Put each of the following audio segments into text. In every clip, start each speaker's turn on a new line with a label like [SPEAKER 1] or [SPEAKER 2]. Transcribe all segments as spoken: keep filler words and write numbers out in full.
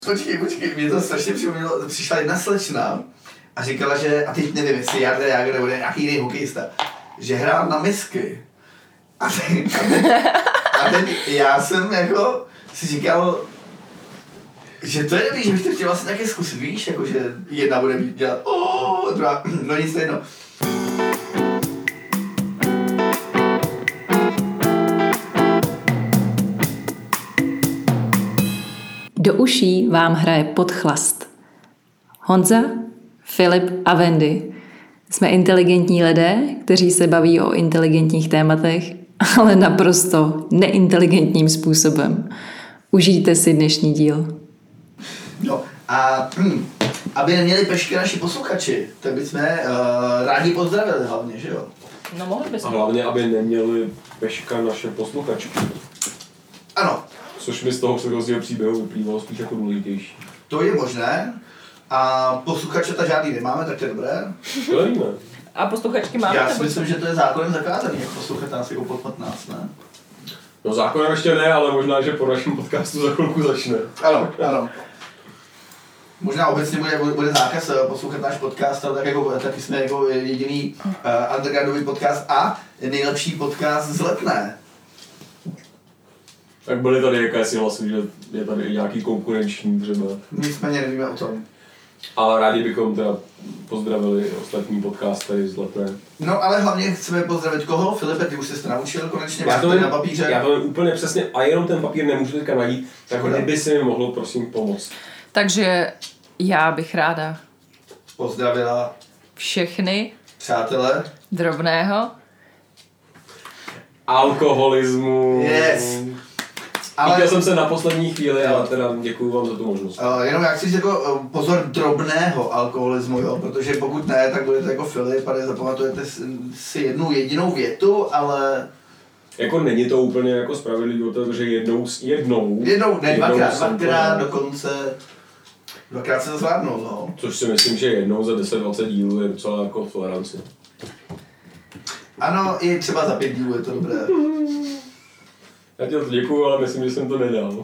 [SPEAKER 1] Počkej, počkej, mě to strašně připomnělo, přišla jedna slečna a říkala, že, a teď nevím, jestli Jarda Jágr nebo nějaký jiný hokejista, že hrál na misky. A teď, a teď, a teď já jsem jako si říkal, že to je dobrý, že bych to chtěl vlastně taky zkusit, víš, jako že jedna bude dělat ooo, druhá, no nic jedno.
[SPEAKER 2] Do uší vám hraje Podchlast. Honza, Filip a Wendy. Jsme inteligentní lidé, kteří se baví o inteligentních tématech, ale naprosto neinteligentním způsobem. Užijte si dnešní díl.
[SPEAKER 1] No a hm, aby neměli pešky naši posluchači, tak bychom uh, rádi pozdravili hlavně, že jo?
[SPEAKER 2] No mohli bychom.
[SPEAKER 3] A hlavně, aby neměli peška naše posluchačky.
[SPEAKER 1] Ano.
[SPEAKER 3] Což mi z toho předchozího příběhu vyplývalo spíš jako důležitější.
[SPEAKER 1] To je možné. A posluchače ta žádný nemáme, tak to je dobré.
[SPEAKER 3] To nevíme.
[SPEAKER 2] A posluchačky máme?
[SPEAKER 1] Já si myslím, že to je zákonem zakázaný, jak poslouchat nás jako pod patnáct, ne?
[SPEAKER 3] No zákonem ještě ne, ale možná, že po našem podcastu za chvilku začne.
[SPEAKER 1] Ano, ano. Možná obecně bude, bude zákaz poslouchat náš podcast, ale tak jako, taky jsme jako jediný uh, undergroundový podcast a nejlepší podcast z Letné.
[SPEAKER 3] Tak byly tady jakési hlasy, že je tady nějaký konkurenční třeba.
[SPEAKER 1] Nicméně nevíme o tom.
[SPEAKER 3] Ale rádi bychom teda pozdravili ostatní podcasty z Letné.
[SPEAKER 1] No ale hlavně chceme pozdravit koho? Filipe, ty už jsi se naučil konečně,
[SPEAKER 3] Já
[SPEAKER 1] máš
[SPEAKER 3] to
[SPEAKER 1] to
[SPEAKER 3] jen,
[SPEAKER 1] na papíře.
[SPEAKER 3] Já to jen úplně přesně, a jenom ten papír nemůžu teďka najít, tak kdyby si mi mohlo prosím pomoct.
[SPEAKER 2] Takže já bych ráda
[SPEAKER 1] Pozdravila
[SPEAKER 2] všechny
[SPEAKER 1] přátelé
[SPEAKER 2] drobného
[SPEAKER 3] Alkoholismu.
[SPEAKER 1] Yes.
[SPEAKER 3] Ale... Chtěl jsem se na poslední chvíli, ale teda děkuju vám za tu možnost.
[SPEAKER 1] Uh, jenom jak si říct jako uh, pozor drobného alkoholismu, jo, protože pokud ne, tak budete jako Filip a nezapamatujete si jednu jedinou větu, ale...
[SPEAKER 3] Jako není to úplně jako spravedlivý, protože jednou, jednou...
[SPEAKER 1] Jednou, ne, dvakrát,
[SPEAKER 3] jsem
[SPEAKER 1] dvakrát
[SPEAKER 3] to...
[SPEAKER 1] dokonce... Dvakrát se to zvládnou, no.
[SPEAKER 3] Což si myslím, že jednou za deset dvacet dílů je docela jako v toleranci.
[SPEAKER 1] Ano, i třeba za pět dílů je to dobré.
[SPEAKER 3] Já ti to děkuju, ale myslím, že jsem to nedal.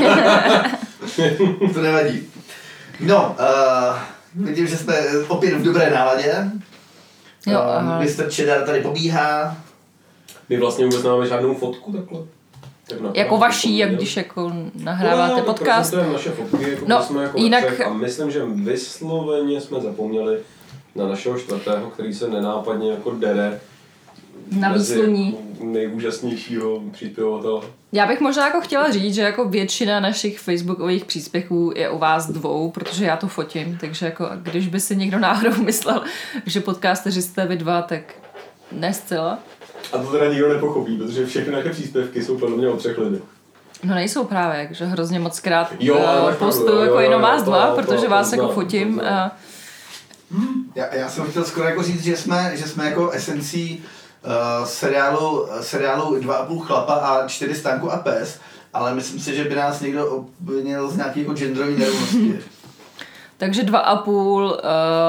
[SPEAKER 1] To nevadí. No, uh, vidím, že jsme opět v dobré náladě.
[SPEAKER 2] Jo,
[SPEAKER 1] uh, mister Cheddar tady pobíhá.
[SPEAKER 3] My vlastně vůbec nemáme žádnou fotku takhle. Tak
[SPEAKER 2] jako vaší, jak když jako nahráváte
[SPEAKER 3] no,
[SPEAKER 2] podcast.
[SPEAKER 3] To je naše fotky, jako
[SPEAKER 2] no,
[SPEAKER 3] jsme jako
[SPEAKER 2] jinak...
[SPEAKER 3] a myslím, že vysloveně jsme zapomněli na našeho čtvrtého, který se nenápadně jako dere
[SPEAKER 2] na výsluní
[SPEAKER 3] nejúžasnějšího příspěvovatele.
[SPEAKER 2] Já bych možná jako chtěla říct, že jako většina našich facebookových příspěvků je u vás dvou, protože já to fotím, takže jako když by si někdo náhodou myslel, že podcasteři jste vy dva, tak ne zcela.
[SPEAKER 3] A to teda nikdo nepochopí, protože všechny naše příspěvky jsou podle mě o třech lidech.
[SPEAKER 2] No nejsou právě, že hrozně moc krát
[SPEAKER 3] jo,
[SPEAKER 2] postuju jako
[SPEAKER 3] jo,
[SPEAKER 2] jenom
[SPEAKER 3] jo,
[SPEAKER 2] vás
[SPEAKER 3] to,
[SPEAKER 2] dva,
[SPEAKER 3] to,
[SPEAKER 2] protože
[SPEAKER 3] to,
[SPEAKER 2] vás
[SPEAKER 3] to,
[SPEAKER 2] jako
[SPEAKER 3] to,
[SPEAKER 2] fotím.
[SPEAKER 3] to, to.
[SPEAKER 2] A...
[SPEAKER 1] Hmm. Já, já jsem chtěl skoro jako říct, že jsme, že jsme jako esencí uh, seriálu, seriálu dva a půl chlapa a čtyři stánku a pes, ale myslím si, že by nás někdo obvinil z nějaký jako genderový nerovnosti.
[SPEAKER 2] Takže dva a půl uh,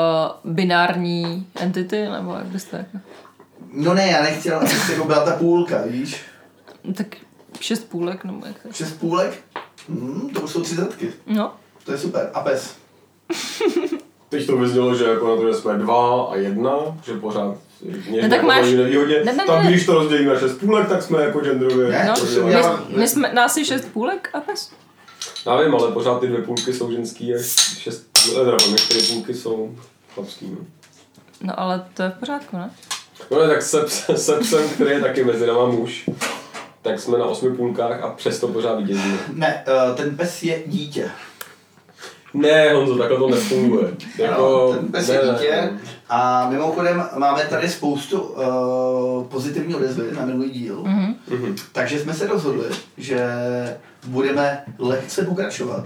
[SPEAKER 2] binární entity, nebo jak byste jako...
[SPEAKER 1] No ne, já nechtěl, aby jako byla ta půlka, víš?
[SPEAKER 2] Tak šest půlek, nebo jak to?
[SPEAKER 1] Šest půlek? Hmm, to už jsou třicátky.
[SPEAKER 2] No.
[SPEAKER 1] To je super. A pes.
[SPEAKER 3] Teď to vyznělo, že jako na to, že jsme dva a jedna, že pořád
[SPEAKER 2] no, tak máš...
[SPEAKER 3] nevýhodě.
[SPEAKER 2] Ne, ne,
[SPEAKER 3] tak
[SPEAKER 2] ne.
[SPEAKER 3] když to rozdělíme na šest půlek, tak jsme jako genderově.
[SPEAKER 1] Ne,
[SPEAKER 2] no,
[SPEAKER 1] to jsem
[SPEAKER 2] my,
[SPEAKER 1] já...
[SPEAKER 2] my jsme, nás je šest půlek a pes?
[SPEAKER 3] Já vím, ale pořád ty dvě půlky jsou ženský a šest, teda některé půlky jsou chlapský.
[SPEAKER 2] No ale to je v pořádku, ne?
[SPEAKER 3] No ne, tak se, se psem, který je taky mezi náma muž, tak jsme na osmi půlkách a přesto pořád vítězíme.
[SPEAKER 1] Ne, ten pes je dítě.
[SPEAKER 3] Ne, Honzo, takhle to nefunguje. Jako,
[SPEAKER 1] ano, ten pes
[SPEAKER 3] ne,
[SPEAKER 1] je dítě
[SPEAKER 3] ne.
[SPEAKER 1] a mimochodem máme tady spoustu uh, pozitivní odezvy na minulý díl,
[SPEAKER 2] Mm-hmm.
[SPEAKER 1] takže jsme se rozhodli, že budeme lehce pokračovat.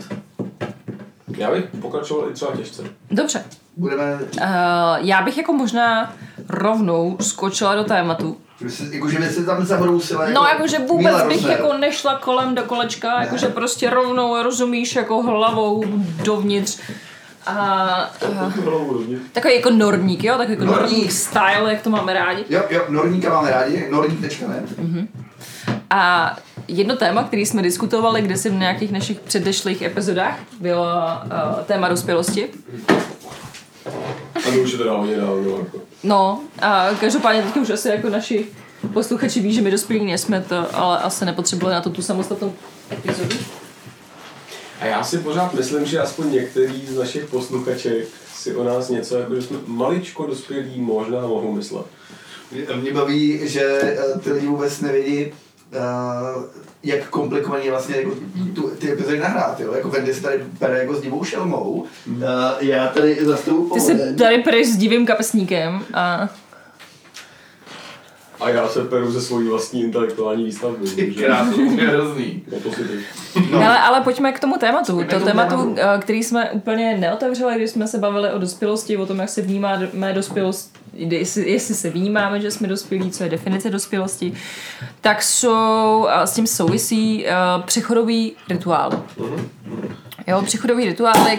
[SPEAKER 3] Já bych pokračoval i třeba těžce.
[SPEAKER 2] Dobře.
[SPEAKER 1] Budeme...
[SPEAKER 2] Uh, já bych jako možná rovnou skočila do tématu.
[SPEAKER 1] Jakože by se tam zabrousila jako
[SPEAKER 2] No jakože vůbec bych
[SPEAKER 1] rozmer.
[SPEAKER 2] jako nešla kolem do kolečka, jakože prostě rovnou rozumíš jako hlavou dovnitř. A, a takový jako norník, jo? Takový jako
[SPEAKER 1] Norník.
[SPEAKER 2] norník style, jak to máme rádi.
[SPEAKER 1] Jo, jo, norníka máme rádi, norník tečka net.
[SPEAKER 2] Uh-huh. A jedno téma, který jsme diskutovali kdysi v nějakých našich předešlých epizodách, bylo uh, téma dospělosti.
[SPEAKER 3] A to už je teda hodně dávno. Jako.
[SPEAKER 2] No, a každopádně teď už asi jako naši posluchači ví, že my dospělí nejsme to, ale asi nepotřebovali na to tu samostatnou epizodu.
[SPEAKER 3] A já si pořád myslím, že aspoň některý z našich posluchaček si o nás něco, jako že jsme maličko dospělí, možná mohou myslet.
[SPEAKER 1] Mě baví, že ty lidi vůbec nevědí, uh, jak komplikovaný je vlastně jako tu, ty epizody nahrát, jo? Jako Wendy se tady pere jako s divou šelmou, uh, já tady zastupu
[SPEAKER 2] Ty se tady pereš s divým kapesníkem a...
[SPEAKER 3] A já se peru ze svojí vlastní intelektuální výstavby.
[SPEAKER 1] Krásný, je hrozný.
[SPEAKER 2] No. Ale, ale pojďme k tomu tématu. Pojďme to tématu, tématu, který jsme úplně neotevřeli, když jsme se bavili o dospělosti, o tom, jak se vnímáme dospělost, jestli, jestli se vnímáme, že jsme dospělí, co je definice dospělosti, tak jsou, s tím souvisí uh, přechodový rituály. Uh-huh. Jo, přechodový rituály,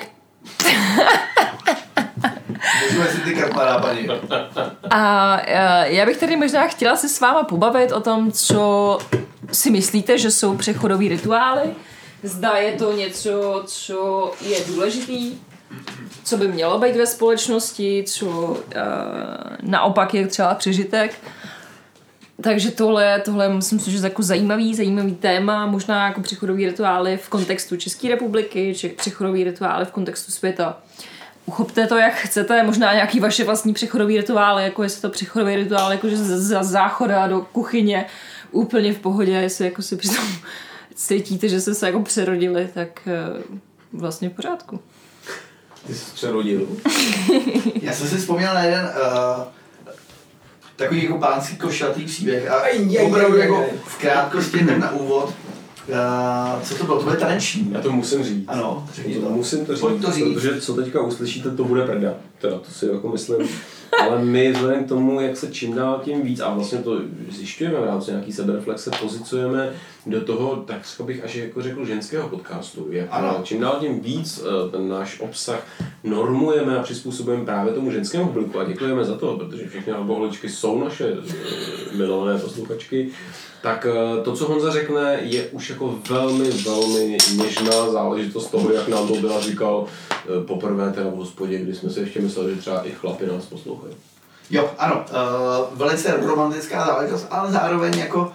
[SPEAKER 1] můžeme si ty kartmaná, paní.
[SPEAKER 2] A uh, já bych tady možná chtěla se s váma pobavit o tom, co si myslíte, že jsou přechodový rituály. Zda je to něco, co je důležitý, co by mělo být ve společnosti, co uh, naopak je třeba přežitek. Takže tohle, tohle myslím si, že je jako zajímavý, zajímavý téma, možná jako přechodový rituály v kontextu České republiky, či přechodový rituály v kontextu světa. Uchopte to, jak chcete, možná nějaký vaše vlastní přechodový rituály, jako jestli to přechodový rituál, jakože za záchoda do kuchyně úplně v pohodě, jestli jako si přitom cítíte, že jste se jako přerodili, tak vlastně v pořádku.
[SPEAKER 3] Ty jsi přerodil.
[SPEAKER 1] Já jsem si vzpomněl na jeden uh, takový jako pánský košatý příběh a opravdu jako v krátkosti tak na úvod. Uh, co to bylo? To bylo taneční.
[SPEAKER 3] Já to musím říct.
[SPEAKER 1] Ano,
[SPEAKER 3] to, to. Musím to říct,
[SPEAKER 1] to říct,
[SPEAKER 3] protože co teďka uslyšíte, to bude prda. Teda to si jako myslím. Ale my vzhledem k tomu, jak se čím dál tím víc, a vlastně to zjišťujeme v rámci nějaký sebereflexe, pozicujeme do toho, tak bych až jako řekl, ženského podcastu. Jak čím dál tím víc ten náš obsah normujeme a přizpůsobujeme právě tomu ženskému publiku a děkujeme za to, protože všechny alkoholičky jsou naše milované posluchačky. Tak to, co Honza řekne, je už jako velmi, velmi něžná záležitost toho, jak nám to byla říkal poprvé teda v hospodě, kdy jsme si ještě mysleli, že třeba i chlapi nás poslouchají.
[SPEAKER 1] Jo, ano, uh, velice romantická záležitost, ale zároveň jako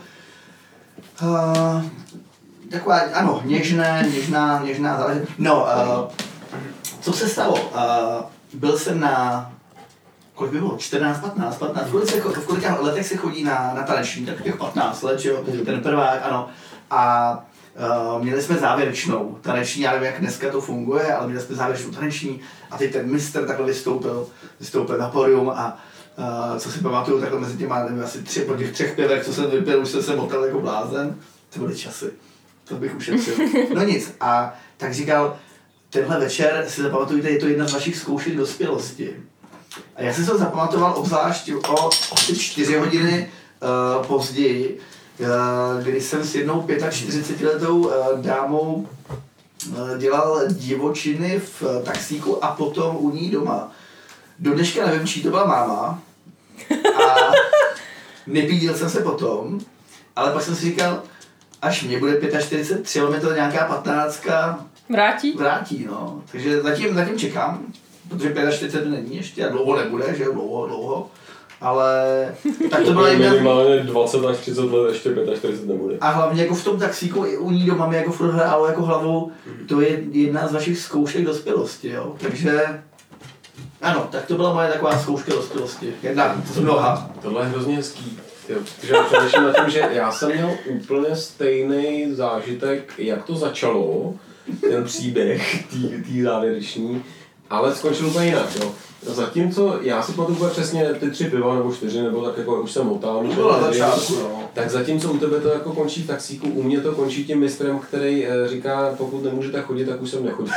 [SPEAKER 1] uh, taková, ano, něžné, něžná, něžná záležitost. No, uh, co se stalo? Uh, byl jsem na kolik by bylo? čtrnáct, patnáct, patnáct. V kolika letech se chodí na, na taneční, tak těch patnáct let, že jo? Ten prvák, ano. A uh, měli jsme závěrečnou taneční, já nevím, jak dneska to funguje, ale měli jsme závěrečnou taneční a teď ten mistr takhle vystoupil, vystoupil na pódium a uh, co si pamatuju, takhle mezi těma, nevím, asi tři, po těch třech pěvech, co jsem vypil, už jsem se motal jako blázen. To byly časy. To bych ušetřil. No nic. A tak říkal, tenhle večer si zapamatujte, je to jedna z vašich zkoušek dospělosti. A já jsem se to zapamatoval obzvlášť o asi čtyři hodiny uh, později, uh, kdy jsem s jednou čtyřicetiletou uh, dámou uh, dělal divočiny v uh, taxíku a potom u ní doma. Do dneška nevím, čí to byla máma a nepídil jsem se potom, ale pak jsem si říkal, až mě bude čtyřicet pět, třeba mi to nějaká patnáctka
[SPEAKER 2] vrátí,
[SPEAKER 1] vrátí no. Takže zatím, zatím čekám. Protože čtyřicet pět není ještě a dlouho nebude, že jo, dlouho, dlouho, ale tak to bylo jedna...
[SPEAKER 3] Minimálně dvacet až třicet let ještě čtyřicet pět nebude.
[SPEAKER 1] A hlavně jako v tom taxíku i u ní doma mi jako furt hrálo jako hlavou, to je jedna z vašich zkoušek dospělosti, jo, takže ano, tak to byla moje taková zkouška dospělosti, jedna z mnoha.
[SPEAKER 3] Tohle je hrozně hezký, jo, protože já přemýšlím na tom, že já jsem měl úplně stejný zážitek, jak to začalo, ten příběh, tý závěrečný, ale skončil úplně jinak, jo. Zatímco já si pamatuju úplně přesně ty tři piva nebo čtyři, nebo tak jako už jsem motal, tak zatímco u tebe to jako končí v taxíku, u mě to končí tím mistrem, který říká, pokud nemůžete chodit, tak už sem nechodíte.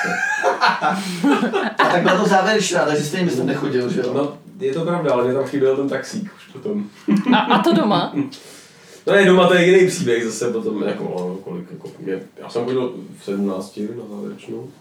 [SPEAKER 1] A tak byla to závěrečná, takže stejně mistr nechodil, že jo?
[SPEAKER 3] No, je to pravda, ale mě tam chyběl ten taxík už potom.
[SPEAKER 2] A, a to doma?
[SPEAKER 3] No ne, doma to je jiný příběh zase potom, jako, kolik, jako, mě, já jsem chodil v sedmnácti na závěrečnou.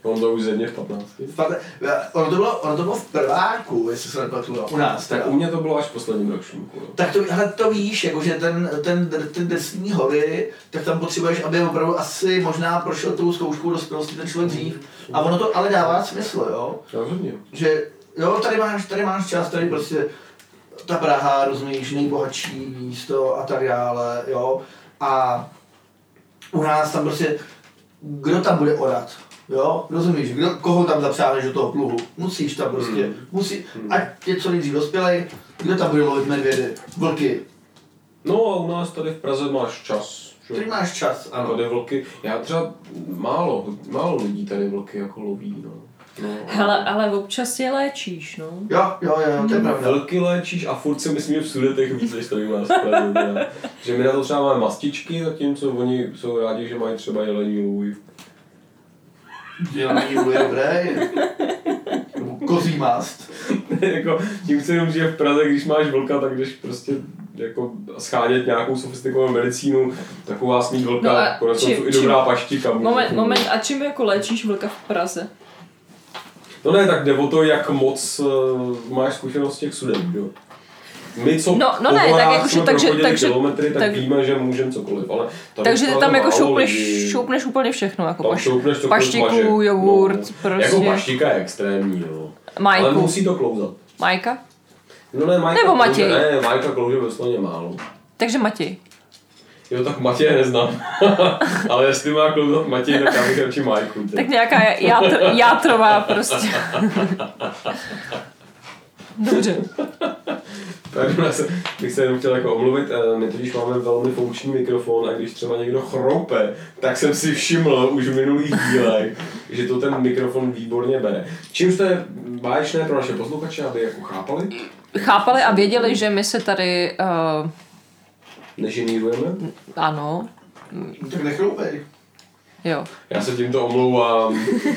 [SPEAKER 3] On to už zedně v patnácti.
[SPEAKER 1] Ono to bylo, ono to bylo v prváku, jestli se nepletu, u nás.
[SPEAKER 3] Tak u mě to bylo až v posledním ročníku. No.
[SPEAKER 1] Tak to, ale to víš, jakože ten, ten, ten drsný hory, tak tam potřebuješ, aby opravdu asi možná prošel tou zkouškou dospělosti ten člověk dřív. A ono to ale dává smysl, jo?
[SPEAKER 3] Rozhodně.
[SPEAKER 1] Že jo, tady máš, tady máš čas, tady prostě ta Praha, rozumíš, nejbohatší místo a tak dále, jo? A u nás tam prostě, kdo tam bude orat? Jo, rozumíš, kdo, koho tam zapřáhneš do toho pluhu? Musíš tam prostě, hmm. musí, ať je co nejdřív dospělej, kdo tam bude lovit medvědy, vlky?
[SPEAKER 3] No a u nás tady v Praze máš čas. Že?
[SPEAKER 1] Tady máš čas, ano.
[SPEAKER 3] Tady vlky, já třeba málo, málo lidí tady vlky jako loví, no. No,
[SPEAKER 2] hele, ale občas je léčíš, no.
[SPEAKER 1] Jo, jo, jo, to je pravda.
[SPEAKER 3] Vlky léčíš a furt si myslím, že v Sudetech víc, než tady u nás. Že my na to třeba máme mastičky, zatímco oni jsou rádi, že mají třeba jelení lůj.
[SPEAKER 1] Jelení lůj je dobré, nebo kozí mast.
[SPEAKER 3] Jako, tím chci jenom, že v Praze, když máš vlka, tak jdeš prostě jako schánět nějakou sofistikovanou medicínu, takovou vás mít vlka, no konec konců i dobrá paštika.
[SPEAKER 2] Moment, moment, a čím jako léčíš vlka v Praze?
[SPEAKER 3] No ne, tak jde o to, jak moc uh, máš zkušenost těch Sudet, jo. My, co
[SPEAKER 2] no, no ne, tak jako,
[SPEAKER 3] jsme
[SPEAKER 2] takže, takže,
[SPEAKER 3] kilometry, tak, tak víme, že můžeme cokoliv, ale
[SPEAKER 2] takže tam jako šoupneš, šoupneš úplně všechno, jako paš, paštiku,
[SPEAKER 3] maže.
[SPEAKER 2] jogurt,
[SPEAKER 3] no,
[SPEAKER 2] prostě.
[SPEAKER 3] Jako paštika je extrémní, no.
[SPEAKER 2] Majku.
[SPEAKER 3] Ale musí to klouzat.
[SPEAKER 2] Majka?
[SPEAKER 3] No ne, Majka
[SPEAKER 2] nebo Matěj?
[SPEAKER 3] Klouže, ne, Majka klouže vysloveně málo.
[SPEAKER 2] Takže Matěj.
[SPEAKER 3] Jo, tak Matěje neznám. Ale jestli má klouzat Matěj, tak já bych radši Majku. Tě.
[SPEAKER 2] Tak nějaká játr, játrová prostě. Dobře.
[SPEAKER 3] Pardon, bych se jenom chtěl jako omluvit, my totiž máme velmi funkční mikrofon a když třeba někdo chroupe, tak jsem si všiml už v minulých dílech, že to ten mikrofon výborně bere. Čímž to je báječné pro naše posluchače, aby jako chápali?
[SPEAKER 2] Chápali a věděli, že my se tady... Uh...
[SPEAKER 3] Neženírujeme?
[SPEAKER 2] Ano.
[SPEAKER 1] Tak nechroupej.
[SPEAKER 2] Jo.
[SPEAKER 3] Já se tímto omlouvám.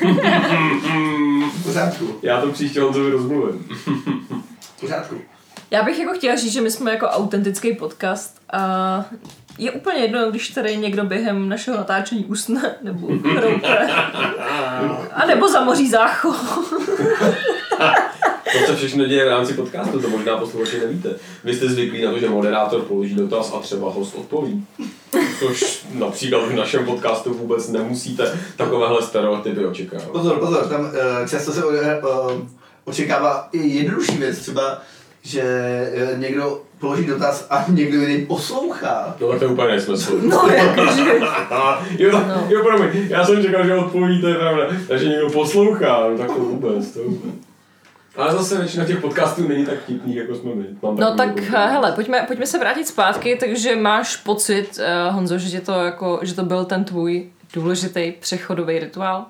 [SPEAKER 1] V pořádku.
[SPEAKER 3] Já to příště Honzovi rozmluvím.
[SPEAKER 1] V pořádku.
[SPEAKER 2] Já bych jako chtěla říct, že my jsme jako autentický podcast a je úplně jedno, když tady někdo během našeho natáčení usne nebo hroupe. A nebo zamoří zácho.
[SPEAKER 3] To se všechno děje v rámci podcastu, to možná posluchači nevíte. Vy jste zvyklí na to, že moderátor položí dotaz a třeba host odpoví. Což například v našem podcastu vůbec nemusíte takovéhle stereotypy očekávat.
[SPEAKER 1] Pozor, pozor, tam uh, často se uh, očekává i jednodušší věc, třeba, že uh, někdo položí dotaz a někdo jiný poslouchá.
[SPEAKER 3] No tak to je úplně nesmysl.
[SPEAKER 2] No, jakože...
[SPEAKER 3] jo, no. jo, promiň, já jsem čekal, že odpoví, to je pravda. Takže někdo poslouchá, no tak to vůbec, to vůbec. Ale zase většina těch podcastů není tak vtipný, jako jsme my. Mám
[SPEAKER 2] no tak hele, pojďme, pojďme se vrátit zpátky, takže máš pocit, uh, Honzo, že, to jako, že to byl ten tvůj důležitý přechodový rituál?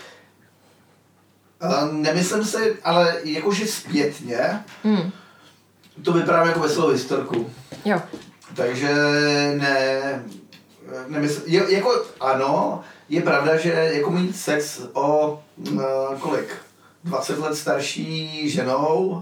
[SPEAKER 1] Uh, nemyslím si, ale jakože zpětně,
[SPEAKER 2] hmm.
[SPEAKER 1] to vypadá jako veselou historku.
[SPEAKER 2] Jo.
[SPEAKER 1] Takže ne, nemysl, je, jako ano, je pravda, že jako mít sex o uh, kolik? dvacet let starší ženou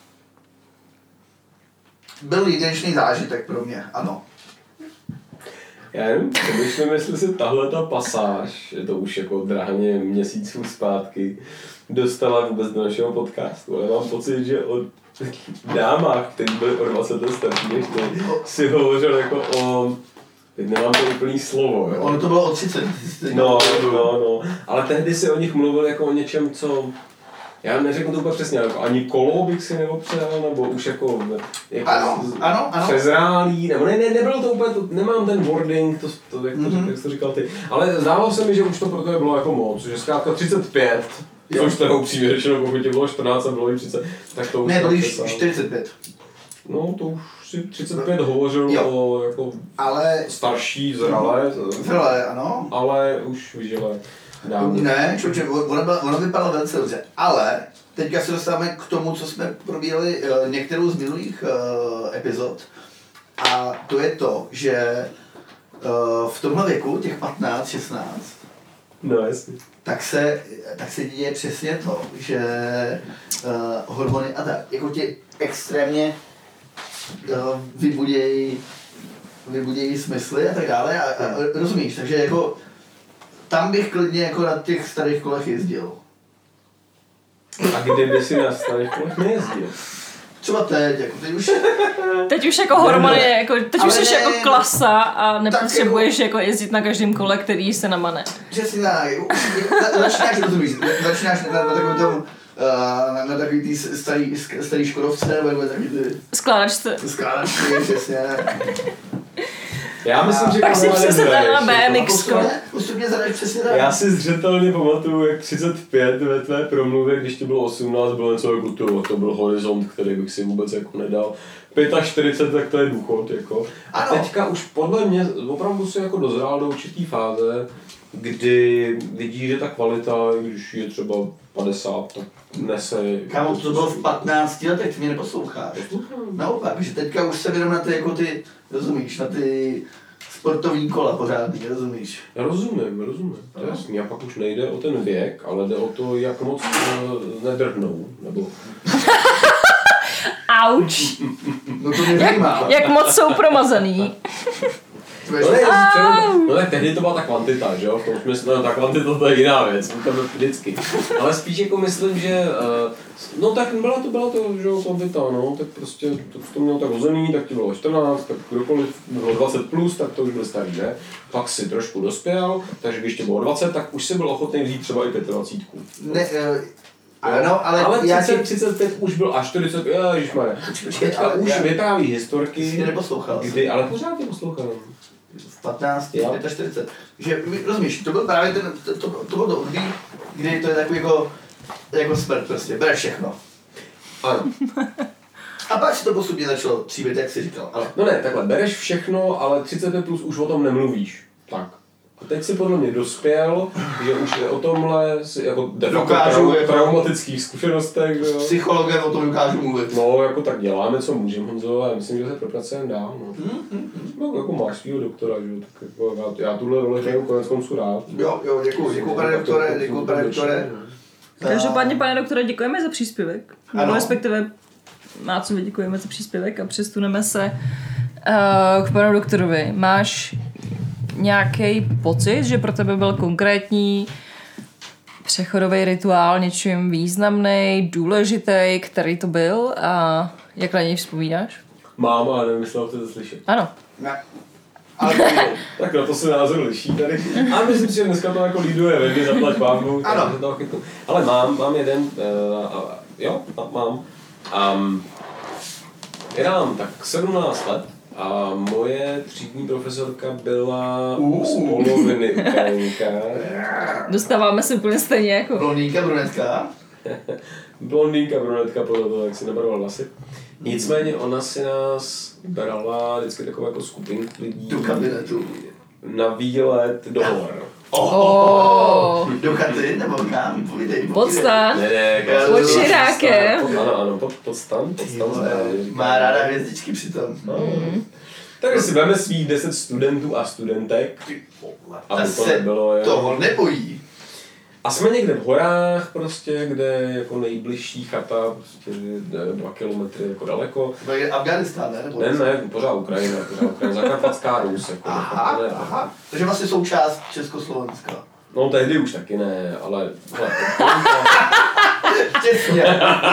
[SPEAKER 1] byl jedinečný zážitek pro mě, ano.
[SPEAKER 3] Já nevím, přemýšlím, jestli si tahle ta pasáž, je to už jako drahně měsíců zpátky, dostala vůbec do našeho podcastu, ale mám pocit, že o dámách, který byly o dvacet let starší než ty, si hovořil jako o... Teď nemám to úplný slovo, jo.
[SPEAKER 1] Ono to bylo o třicet.
[SPEAKER 3] No, no, no, ale tehdy si o nich mluvil jako o něčem, co... Já neřeknu to úplně přesně, jako ani kolo bych si neopřel, nebo už jako, jako
[SPEAKER 1] ano, ano, ano.
[SPEAKER 3] přezrálý, nebo ne, ne, nebylo to úplně, to, nemám ten wording, to, to, jak, to, mm-hmm. jak to říkal ty, ale zdálo se mi, že už to pro tebe bylo jako moc, že zkrátka třicet pět, jo. Což to je upřímně řečeno, pokud tě bylo čtrnáct a bylo třicet, tak to už...
[SPEAKER 1] Ne, bylo čtyřicet pět.
[SPEAKER 3] No, to už si třicet pět hovořil
[SPEAKER 1] jo.
[SPEAKER 3] o jako
[SPEAKER 1] ale...
[SPEAKER 3] starší, zralé,
[SPEAKER 1] zralé, ano.
[SPEAKER 3] Ale už vyžilé. Dávno.
[SPEAKER 1] Ne, člověče, ono, ono vypadalo velice dobře, ale teďka se dostáváme k tomu, co jsme probírali uh, některou z minulých uh, epizod. A to je to, že uh, v tomhle věku, těch patnáct šestnáct,
[SPEAKER 3] no, jasně.
[SPEAKER 1] tak se, tak se děje přesně to, že uh, hormony a tak, jako tě extrémně uh, vybudějí, vybudějí smysly a tak dále. A, a, rozumíš, takže jako tam bych klidně jako na těch starých kolech jezdil.
[SPEAKER 3] A kdyby si na starých kolech nejezdil?
[SPEAKER 1] Třeba teď, jako teď už...
[SPEAKER 4] Teď už jako hormony, jako, teď už
[SPEAKER 1] Ale
[SPEAKER 4] jsi
[SPEAKER 1] ne,
[SPEAKER 4] jako klasa a
[SPEAKER 1] tak
[SPEAKER 4] nepotřebuješ jako jezdit na každém kole, který se namane.
[SPEAKER 1] Přesně tak, začínáš, rozumíš, začínáš na, na takovém tom, uh, na, na takový tý starý, starý Škodovce, nebo takový ty
[SPEAKER 4] Skládačce.
[SPEAKER 1] skládačky, přesně.
[SPEAKER 3] Já myslím, že
[SPEAKER 4] Pak si
[SPEAKER 3] kamera
[SPEAKER 4] přesedl
[SPEAKER 3] nehraješ,
[SPEAKER 4] na bé em
[SPEAKER 3] jako.
[SPEAKER 4] iks.
[SPEAKER 1] Postupně, postupně zadeš přesně tak.
[SPEAKER 3] Já si zřetelně pamatuju, jak třicet pět ve tvé promluvě, když ti bylo osmnáct, bylo něco jako to, to byl horizont, který bych si vůbec jako nedal. čtyřicet pět, tak to je důchod, jako. A
[SPEAKER 1] Ano.
[SPEAKER 3] teďka už podle mě opravdu si jako dozrál do určitý fáze, kdy vidí, že ta kvalita, když je třeba padesát, tak nese...
[SPEAKER 1] Kámo, to bylo v patnácti letech, ty mě neposloucháš. Naopak, že teďka už se vědom na ty, jako ty, rozumíš, na ty sportovní kola pořádný, rozumíš?
[SPEAKER 3] Rozumím, rozumím, to je jasný. A pak už nejde o ten věk, ale jde o to, jak moc uh, nedrhnou, nebo...
[SPEAKER 4] Auč.
[SPEAKER 1] No to mě zajímá.
[SPEAKER 4] Jak moc jsou promazaný.
[SPEAKER 1] To je-
[SPEAKER 3] No, ne, no, no tak tehdy to byla ta kvantita, že jo, v tom smyslu, no ta kvantita to je jiná věc, to bylo vždycky. Ale spíš jako myslím, že, uh, no tak byla to, byla to, že jo, kvantita, no, tak prostě to, to mělo tak hozený, tak ti bylo čtrnáct, tak kdokoliv bylo dvacet plus, tak to už byl starý, ne? Pak si trošku dospěl, takže když tě bylo dvacet, tak už si byl ochotný vzít třeba i dvacet pět.
[SPEAKER 1] Ne, uh, ano, ale,
[SPEAKER 3] ale
[SPEAKER 1] já
[SPEAKER 3] třicet,
[SPEAKER 1] ti...
[SPEAKER 3] třicet pět už byl a čtyřicet, ježišmarja.
[SPEAKER 1] Počkej,
[SPEAKER 3] Teďka
[SPEAKER 1] ale
[SPEAKER 3] už
[SPEAKER 1] já-
[SPEAKER 3] vypráví
[SPEAKER 1] Ty
[SPEAKER 3] historky,
[SPEAKER 1] jsi neposlouchal.
[SPEAKER 3] kdy, ale pořád tě poslouchám.
[SPEAKER 1] V patnácti,
[SPEAKER 3] Jo.
[SPEAKER 1] čtyřicet pět. Že, rozumíš, to byl právě ten, to, to, to bylo to období, kdy to je takový jako, jako smrt prostě, bereš všechno.
[SPEAKER 3] Ano.
[SPEAKER 1] A pak si to postupně začalo tříbit, jak jsi říkal. Ale
[SPEAKER 3] No ne, takhle, bereš všechno, ale třicet pět plus už o tom nemluvíš. Tak. A teď si podle mě dospěl, že už je o tomhle, si jako de facto
[SPEAKER 1] Dokážu,
[SPEAKER 3] trau-
[SPEAKER 1] jako-
[SPEAKER 3] traumatických zkušenostech, že
[SPEAKER 1] s
[SPEAKER 3] jo.
[SPEAKER 1] psychologem o tom dokážu mluvit.
[SPEAKER 3] No, jako tak děláme, co můžeme, Honzo, a myslím, že se propracujeme dál, no. No, jako máš svýho doktora, že jo, tak jako já, já tuhle roli hraju konec konců rád.
[SPEAKER 1] Jo, jo, děkuju, děkuju pane doktore, děkuju pane doktore.
[SPEAKER 4] Každopádně, pane doktore, děkujeme za příspěvek.
[SPEAKER 1] Ano.
[SPEAKER 4] Nebo respektive Mácovi děkujeme za příspěvek a přesuneme se uh, k panu doktorovi. Máš nějaký pocit, že pro tebe byl konkrétní přechodový rituál něčím významný, důležitý, který to byl a jak na něj vzpomínáš?
[SPEAKER 3] Mám, ale nevím, jestli to chcete slyšet.
[SPEAKER 4] Ano.
[SPEAKER 1] Ne. Ale povídej.
[SPEAKER 3] Tak na to se názor liší tady. A myslím si, že dneska to jako líduje ve mě, zaplať pánbu.
[SPEAKER 1] Ano.
[SPEAKER 3] To chytnu. Ale mám, mám jeden, uh, uh, jo, mám. Um, je nám tak sedmnáct let a moje třídní profesorka byla
[SPEAKER 1] Uh.
[SPEAKER 3] z poloviny Ukrajinka.
[SPEAKER 4] Dostáváme se úplně stejně jako...
[SPEAKER 1] Blondýnka, brunetka.
[SPEAKER 3] Blondýnka, brunetka, podle toho, jak si nabarvala vlasy. Nicméně ona si nás brala vždycky takovou jako skupinku lidí
[SPEAKER 1] Do kabinetu.
[SPEAKER 3] na výlet do hor.
[SPEAKER 4] Oh.
[SPEAKER 1] Do chaty nebo kam? Povídej,
[SPEAKER 4] Pod stan.
[SPEAKER 3] Ne, ne,
[SPEAKER 1] Pod
[SPEAKER 4] Širákem.
[SPEAKER 3] Ano, ano, pod, pod stan, pod stan.
[SPEAKER 1] Má ráda hvězdičky přitom.
[SPEAKER 3] Mm. Takže si veme svých deset studentů a studentek, aby
[SPEAKER 1] Ta
[SPEAKER 3] to
[SPEAKER 1] se
[SPEAKER 3] nebylo, jo.
[SPEAKER 1] toho nebojí.
[SPEAKER 3] A jsme někde v horách prostě, kde je jako nejbližší chata, prostě nevím, dva kilometry jako daleko.
[SPEAKER 1] To je Afghánistán, ne? Nebo
[SPEAKER 3] Ne, ne, pořád Ukrajina, pořád Ukrajina, Zakarpatská Rus, jako
[SPEAKER 1] Aha,
[SPEAKER 3] to ne,
[SPEAKER 1] aha. Takže vlastně součást Československa.
[SPEAKER 3] No tehdy už taky ne, ale hele,
[SPEAKER 1] Těsně.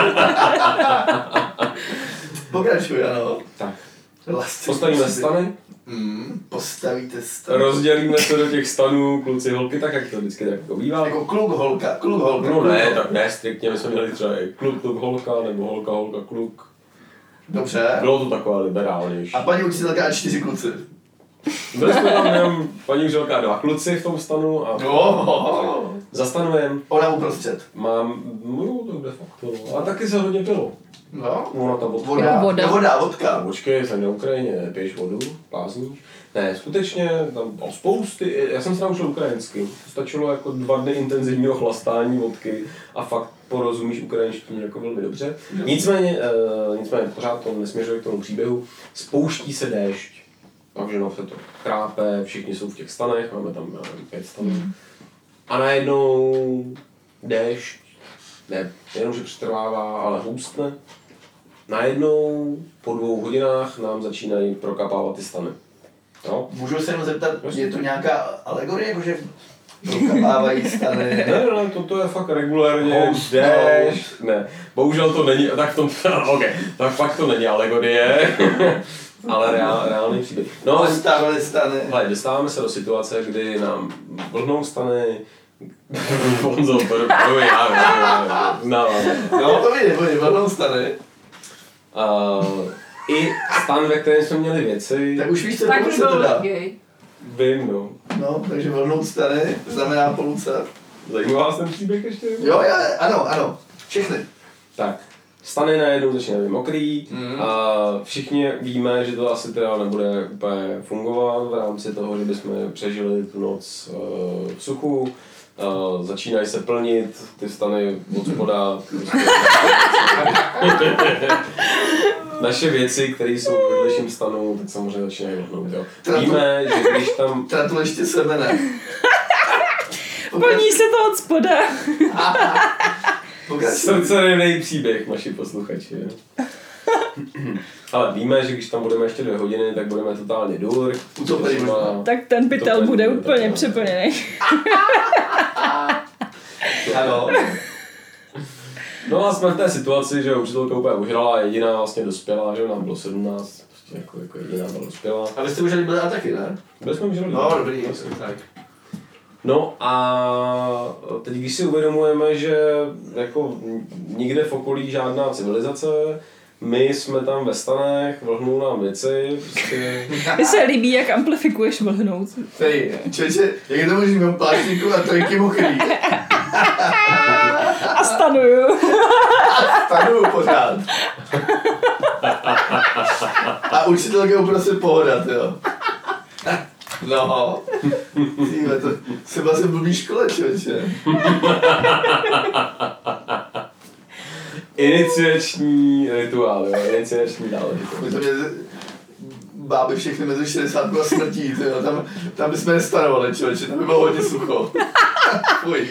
[SPEAKER 1] Pokračuj, ano.
[SPEAKER 3] tak,
[SPEAKER 1] Lasci,
[SPEAKER 3] postavíme
[SPEAKER 1] prosím.
[SPEAKER 3] stany,
[SPEAKER 1] Hmm, postavíte stan.
[SPEAKER 3] rozdělíme se do těch stanů, kluci, holky, tak jak to vždycky tak jako bývá.
[SPEAKER 1] Jako kluk, holka, kluk, holka.
[SPEAKER 3] No
[SPEAKER 1] kluk,
[SPEAKER 3] ne,
[SPEAKER 1] holka.
[SPEAKER 3] tak ne striktně, my jsme měli třeba i kluk, kluk, holka, nebo holka, holka, kluk.
[SPEAKER 1] Dobře.
[SPEAKER 3] Bylo to takové liberálnější.
[SPEAKER 1] A paní učitelka a čtyři kluci.
[SPEAKER 3] Byli jsme tam jenom paní učitelka a dva kluci v tom stanu a
[SPEAKER 1] No.
[SPEAKER 3] za stanujem
[SPEAKER 1] Ona uprostřed.
[SPEAKER 3] mám, no to de facto, no. A taky se hodně pilo.
[SPEAKER 1] No.
[SPEAKER 3] Ona ta vodka.
[SPEAKER 1] Voda,
[SPEAKER 4] Jako voda.
[SPEAKER 1] No, voda, vodka.
[SPEAKER 3] Počkej, jsem na Ukrajině, piješ vodu, blázníš. Ne, skutečně, tam o spousty, já jsem se naučil ukrajinsky, stačilo jako dva dny intenzivního chlastání vodky a fakt porozumíš ukrajinštině jako velmi dobře. Nicméně, uh, nicméně pořád to nesměřuje k tomu příběhu, spouští se déšť, takže no se to chrápe, všichni jsou v těch stanech, máme tam já nevím, pět stanů. Mm. A najednou déšť, ne, jenom že přetrvává, ale hustne. Najednou po dvou hodinách nám začínají prokapávat ty stany. Jo?
[SPEAKER 1] Můžu se jenom zeptat, je to nějaká alegorie, jakože Dokapávají stany.
[SPEAKER 3] Ne, ne, toto je fakt regulárně,
[SPEAKER 1] Host,
[SPEAKER 3] jdeš, ne, bohužel to není, tak v tom, ok, tak fakt to není alegorie, ale reál, reálný příběh. No ale
[SPEAKER 1] Dostávali stany.
[SPEAKER 3] hele, dostáváme se do situace, kdy nám vlhnou stany, Honzo, pojď, já, já, já, uznávám.
[SPEAKER 1] No to mi neboj, vlhnou stany.
[SPEAKER 3] Uh, I stan, ve kterém jsme měli věci,
[SPEAKER 1] Tak už víš, co
[SPEAKER 4] Tak
[SPEAKER 1] to
[SPEAKER 4] už
[SPEAKER 1] se to
[SPEAKER 4] byl
[SPEAKER 1] dá.
[SPEAKER 4] gay.
[SPEAKER 3] vím, no.
[SPEAKER 1] No, takže vlhnou stany znamená poluce.
[SPEAKER 3] Zajímá vás ten příběh ještě?
[SPEAKER 1] Jo, jo, ano, ano. Všechny.
[SPEAKER 3] Tak, stany najednou začínají být mokrý
[SPEAKER 1] Mm.
[SPEAKER 3] a všichni víme, že to asi teda nebude úplně fungovat v rámci toho, že bychom přežili tu noc uh, v suchu. Uh, začínají se plnit ty stany od spoda. Naše věci, které jsou v vedlejším stanu, tak samozřejmě začínají vlhnout. Jo. Víme, že když tam...
[SPEAKER 1] Teda tu ještě semene.
[SPEAKER 4] Plní se to od spoda.
[SPEAKER 3] Srdcerivný příběh, naši posluchači. Jo. Ale víme, že když tam budeme ještě dvě hodiny, tak budeme totálně dur.
[SPEAKER 1] Utopený možná.
[SPEAKER 4] Tak ten pytel
[SPEAKER 3] To
[SPEAKER 4] bude
[SPEAKER 3] plní,
[SPEAKER 4] úplně
[SPEAKER 3] tak,
[SPEAKER 4] přeplněný.
[SPEAKER 1] Ano.
[SPEAKER 3] No a jsme v té situaci, že učitelka úplně uhrala, jediná vlastně dospělá, že nám bylo sedmnáct, prostě jako, jako jediná byla dospělá.
[SPEAKER 1] A vy jste už ani byli a taky, ne?
[SPEAKER 3] Byli jsme užili.
[SPEAKER 1] No, dobrý, tak.
[SPEAKER 3] No a teď, když si uvědomujeme, že jako nikde v okolí žádná civilizace, my jsme tam ve stanech, vlhnou nám věci, prostě...
[SPEAKER 4] Mně se líbí, jak amplifikuješ vlhnout.
[SPEAKER 1] Tady, člověče, jak je to možný, mám pláštíku a trojky mokrý.
[SPEAKER 4] A stanuju.
[SPEAKER 1] Stanu pořád. A učitelka uprostřed pohoda, jo. No. Týhle, to jsem vlastně v blbý škole, člověče.
[SPEAKER 3] Iniciační rituál, jo, iniciační záležitost.
[SPEAKER 1] My to mě báby všechny mezi šedesát a smrtí, jo. Tam, tam bychom nestanovali, člověče, tam by bylo hodně sucho. Fuj.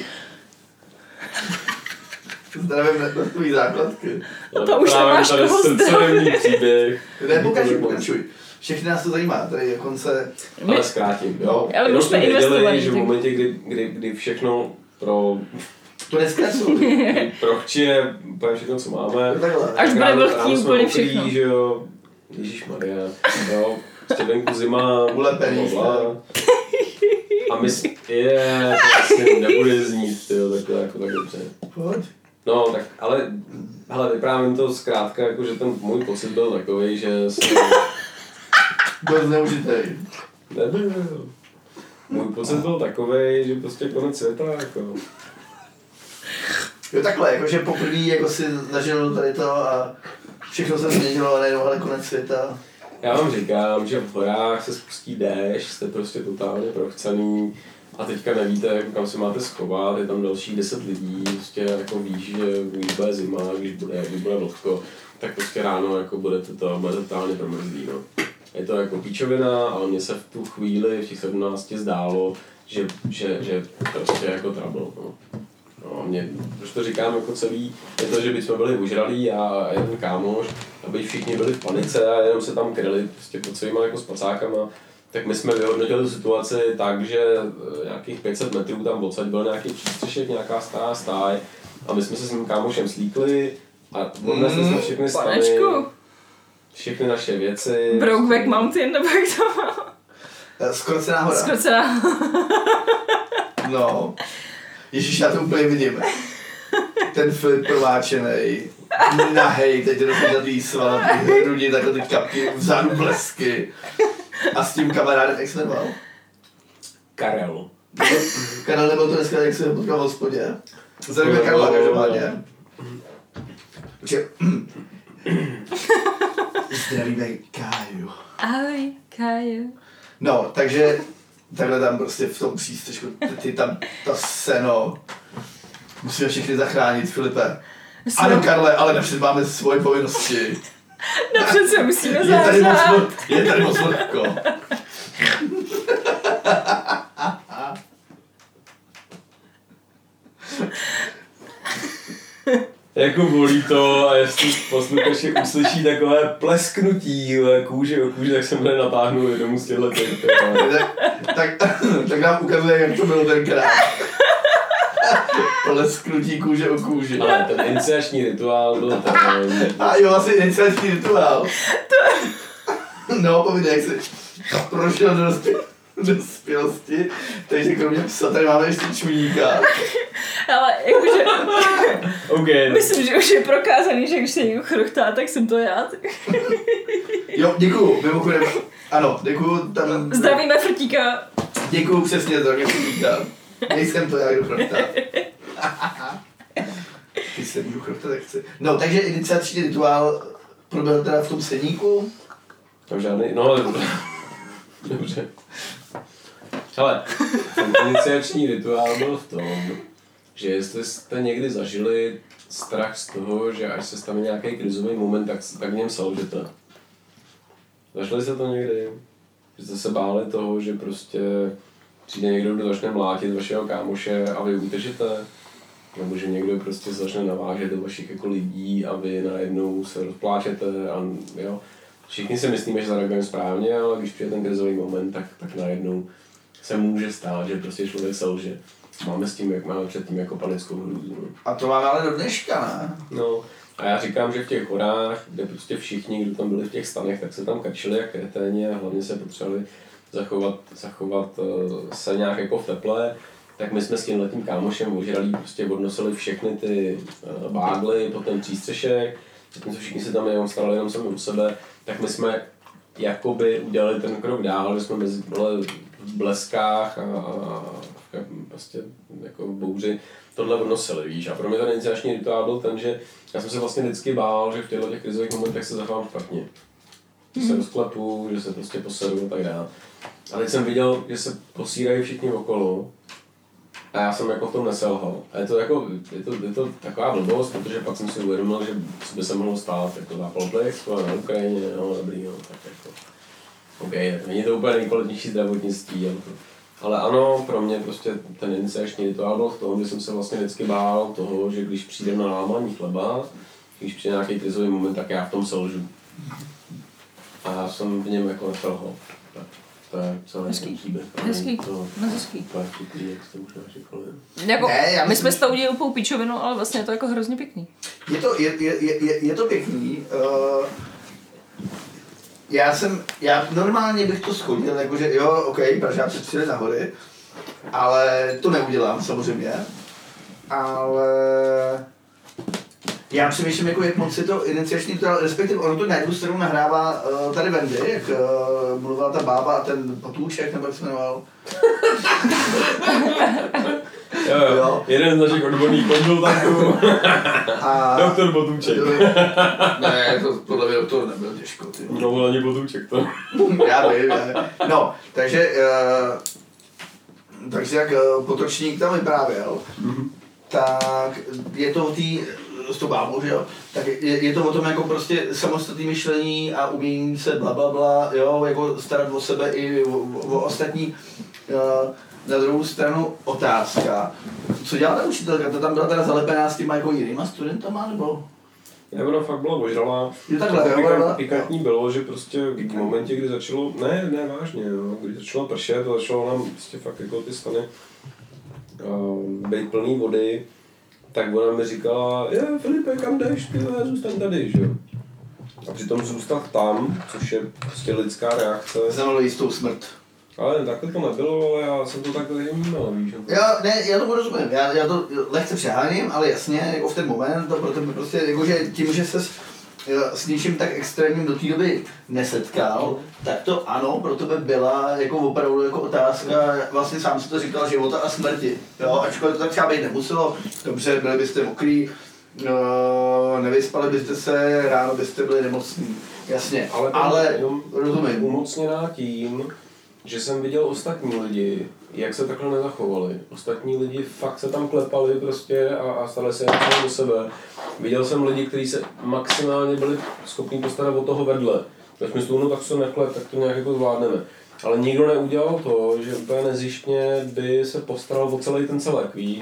[SPEAKER 1] Zdravím na, na tvůj základky.
[SPEAKER 4] No to už nemáš koho
[SPEAKER 3] srdcerivný příběh.
[SPEAKER 1] Ne, pokračuj, pokračuj. Všechny nás to zajímá, tady konce...
[SPEAKER 3] Ale zkrátím, jo.
[SPEAKER 4] Ale my
[SPEAKER 3] Jenom
[SPEAKER 4] už jsme
[SPEAKER 3] jsme věděli,
[SPEAKER 4] investovaní,
[SPEAKER 3] že v
[SPEAKER 4] tak-
[SPEAKER 3] momentě, kdy, kdy, kdy všechno pro,
[SPEAKER 1] To neskracuje.
[SPEAKER 3] pro chči je úplně všechno, co máme.
[SPEAKER 1] Takhle.
[SPEAKER 4] Až bude
[SPEAKER 3] ráno-
[SPEAKER 4] vlhký
[SPEAKER 3] ráno jsme
[SPEAKER 4] úplně
[SPEAKER 3] mokrý,
[SPEAKER 4] všechno.
[SPEAKER 3] že jo. Ježišmarja, jo. Prostě venku zima,
[SPEAKER 1] Ulepený
[SPEAKER 3] bla, bla. A my s- je, to asi nebude znít, jo, takhle jako tak dobře.
[SPEAKER 1] Pojď.
[SPEAKER 3] No, tak, ale, hele, vyprávím to zkrátka, jako, že ten můj pocit byl takový, že jsem...
[SPEAKER 1] Byl zneužitej.
[SPEAKER 3] Nebyl. Můj pocit byl takový, že prostě konec světa, jako...
[SPEAKER 1] Jo takhle, jakože poprvé jako si zažil tady to a všechno se změnilo a najednou ale konec světa.
[SPEAKER 3] Já vám říkám, že v horách se spustí déšť, jste prostě totálně prochcený a teďka nevíte, jako kam se máte schovat, je tam dalších deset lidí, prostě jako víš, že když bude zima, když bude, když bude vlhko, tak prostě ráno jako budete to, bude totálně promrzlý, no. Je to jako píčovina, ale mně se v tu chvíli, v těch sedmnácti zdálo, že, že, že prostě jako trouble, no. No, mě, proč to říkám jako celý, je to, že bychom byli užralí a jeden kámoš, aby všichni byli v panice a jenom se tam kryli prostě pod svýma jako spacákama, tak my jsme vyhodnotili tu situaci tak, že nějakých pět set metrů tam odsaď byl nějaký přístřešek, nějaká stará stáj a my jsme se s mým kámošem slíkli a odnesli jsme všechny stany,
[SPEAKER 4] Panečku.
[SPEAKER 3] všechny naše věci.
[SPEAKER 4] Brokeback Mountain, nebo jak to má?
[SPEAKER 1] Skrocená hora.
[SPEAKER 4] Skrocená.
[SPEAKER 1] No. Ježíš, já to úplně vidím. Ten Filip prováčenej, nahej, teď je rozhodnatý svalatý hrudi, takhle ty kapky, vzadu blesky. A s tím kamarádem, jak se jmenoval?
[SPEAKER 3] Karel.
[SPEAKER 1] Karel nebyl to dneska, jak se potkal v hospodě. Zdravíme Karla, každopádně. Protože... Zdravíme Káju.
[SPEAKER 4] Ahoj, Káju.
[SPEAKER 1] No, takže takhle tam prostě v tom přístřešku, ty tam, to seno. Musíme všechny zachránit, Filipe. Ano, Karle, ale napřed máme svoje povinnosti.
[SPEAKER 4] Napřed se musíme
[SPEAKER 1] Je tady moc,
[SPEAKER 4] zahřát.
[SPEAKER 1] vlh- je tady moc vlhko.
[SPEAKER 3] jako bolí to a jestli posluchači uslyší takové plesknutí kůže o kůži, tak jsem bude natáhnu domů z těchto těch.
[SPEAKER 1] tak, tak, tak nám ukazuje, jak to bylo tenkrát. Plesknutí kůže o kůži.
[SPEAKER 3] Ale ten iniciační rituál byl ten...
[SPEAKER 1] A jo, asi iniciační rituál. No, povídej, jak jsi prošel do dospě- dospělosti, takže kromě psa tady máme ještě čuníka.
[SPEAKER 4] Ale jakože...
[SPEAKER 3] Okay.
[SPEAKER 4] Myslím, že už je prokázaný, že když se někdo chrochtá, tak jsem to já.
[SPEAKER 1] Jo, děkuju, mimochodem. Ano, děkuju. Tam...
[SPEAKER 4] Zdravíme Frtíka.
[SPEAKER 1] Děkuju, přesně, zdravím Frtíka. Nejsem to já, kdo chrochtá. Když se můžu chrochtat, tak chci. No, takže iniciační rituál proběhl teda v tom seníku.
[SPEAKER 3] Tam žádný, no dobře. Dobře. Hele, ten iniciační rituál byl v tom, že jestli jste někdy zažili strach z toho, že až se stane nějaký krizový moment, tak, tak v něm selžete. Zažili jste to někdy? Že jste se báli toho, že prostě přijde někdo, kdo začne mlátit vašeho kámoše a vy utežete? Nebo že někdo prostě začne navážet do vašich jako lidí a vy najednou se rozpláčete a jo. Všichni si myslíme, že zareagujeme správně, ale když přijde ten krizový moment, tak, tak najednou se může stát, že prostě člověk selže. Máme s tím, jak máme před tím jako panickou hrůzu.
[SPEAKER 1] A to máme ale do dneška, ne?
[SPEAKER 3] No, a já říkám, že v těch horách, kde prostě všichni, kdo tam byli v těch stanech, tak se tam kačili jak kreténi a hlavně se potřebovali zachovat, zachovat uh, se nějak jako v teple, tak my jsme s tímhletím kámošem ožralí prostě odnosili všechny ty uh, bágly po ten přístřešek, zatímco všichni se tam jenom starali jenom sami o sebe, tak my jsme jakoby udělali ten krok dál, že jsme mezi v bleskách a, a prostě jako v bouři tohle odnosili, víš. A pro mě ten iniciační rituál byl ten, že já jsem se vlastně vždycky bál, že v těchto těch krizových momentech se zachovám špatně. Že se rozklepu, že se prostě poseru a tak dále. A teď jsem viděl, že se posírají všichni okolo a já jsem jako v tom neselhal. A je to jako, je to, je to taková blbost, protože pak jsem si uvědomil, že co by se mohlo stát, jako zápal plic, na Ukrajině, no dobrý, no, tak jako. OK, není to úplně nejkvalitnější zdravotnictví, ale, to, ale ano, pro mě prostě ten iniciační rituál byl v tom, že jsem se vlastně vždycky bál toho, že když přijde na lámání chleba, když přijde nějaký krizový moment, tak já v tom selžu. A já jsem v něm jako neselhal. To je celý
[SPEAKER 4] hezký.
[SPEAKER 3] příběh.
[SPEAKER 4] Hezký,
[SPEAKER 3] To,
[SPEAKER 4] no hezký.
[SPEAKER 3] to je vtipný, jak jste možná říkali.
[SPEAKER 4] Jako,
[SPEAKER 1] Ne, já
[SPEAKER 4] my
[SPEAKER 1] myslím,
[SPEAKER 4] jsme s tou udělali úplnou píčovinu, ale vlastně je to jako hrozně pěkný.
[SPEAKER 1] Je to, je, je, je, je to pěkný. Uh, já jsem, já normálně bych to schodil, jakože jo, ok, pražáci přijeli na hory, ale to neudělám samozřejmě. Ale já přemýšlím, jako, jak moc si to iniciační, respektive ono to na jednu stranu nahrává uh, tady Wendy, jak uh, mluvila ta bába a ten potůček, nebo jak se jmenoval.
[SPEAKER 3] Jo, jo, jo. Jeden z našich odborných konzultantů.
[SPEAKER 1] A
[SPEAKER 3] Doktor Potůček.
[SPEAKER 1] Ne, to podle mě doktor nebyl těžko. Ty.
[SPEAKER 3] No, byl ani Potůček to.
[SPEAKER 1] Já vím, já. No, takže, uh, takže jak uh, Potočník tam vyprávěl, mm-hmm. tak je to o tý, s tou bábou, že jo, tak je, je to o tom jako prostě samostatné myšlení a umění se blablabla, bla, bla, jo, jako starat o sebe i o, o, o ostatní. Uh, Na druhou stranu otázka, co dělala ta učitelka, to tam byla teda zalepená s těma jako jinýma studentama, nebo?
[SPEAKER 3] Ne, ona fakt byla ožralá.
[SPEAKER 1] Je takhle, jo,
[SPEAKER 3] pikant, pikantní bylo, že prostě v momentě, kdy začalo, ne, ne vážně, jo, když začalo pršet a začalo nám prostě fakt jako ty stany uh, být plný vody, tak ona mi říkala, je Filipe, kam jdeš, ty zůstaň tady, že jo. A přitom zůstat tam, což je prostě lidská reakce.
[SPEAKER 1] Znamenalo jistou smrt.
[SPEAKER 3] Ale takhle to nebylo, ale já jsem to takhle vnímal, víš.
[SPEAKER 1] Já, ne, já tomu rozumím, já, já to lehce přeháním, ale jasně, jako v ten moment, to pro tebe prostě, jakože tím, že ses s něčím tak extrémním do té doby nesetkal, tak to ano, pro tebe byla jako opravdu jako otázka, vlastně sám si to říkal, života a smrti, jo, ačkoliv to tak třeba být nemuselo, dobře, byli byste mokrý, no, nevyspali byste se, ráno byste byli nemocní, jasně, ale, ale rozumím.
[SPEAKER 3] Umocněná tím, že jsem viděl ostatní lidi, jak se takhle nezachovali. Ostatní lidi fakt se tam klepali prostě a, a starali se jen do sebe. Viděl jsem lidi, kteří se maximálně byli schopni postarat o toho vedle. Ve smyslu, no tak se nechlep, tak to nějak jako zvládneme. Ale nikdo neudělal to, že úplně nezištně by se postaral o celý ten celek, víš.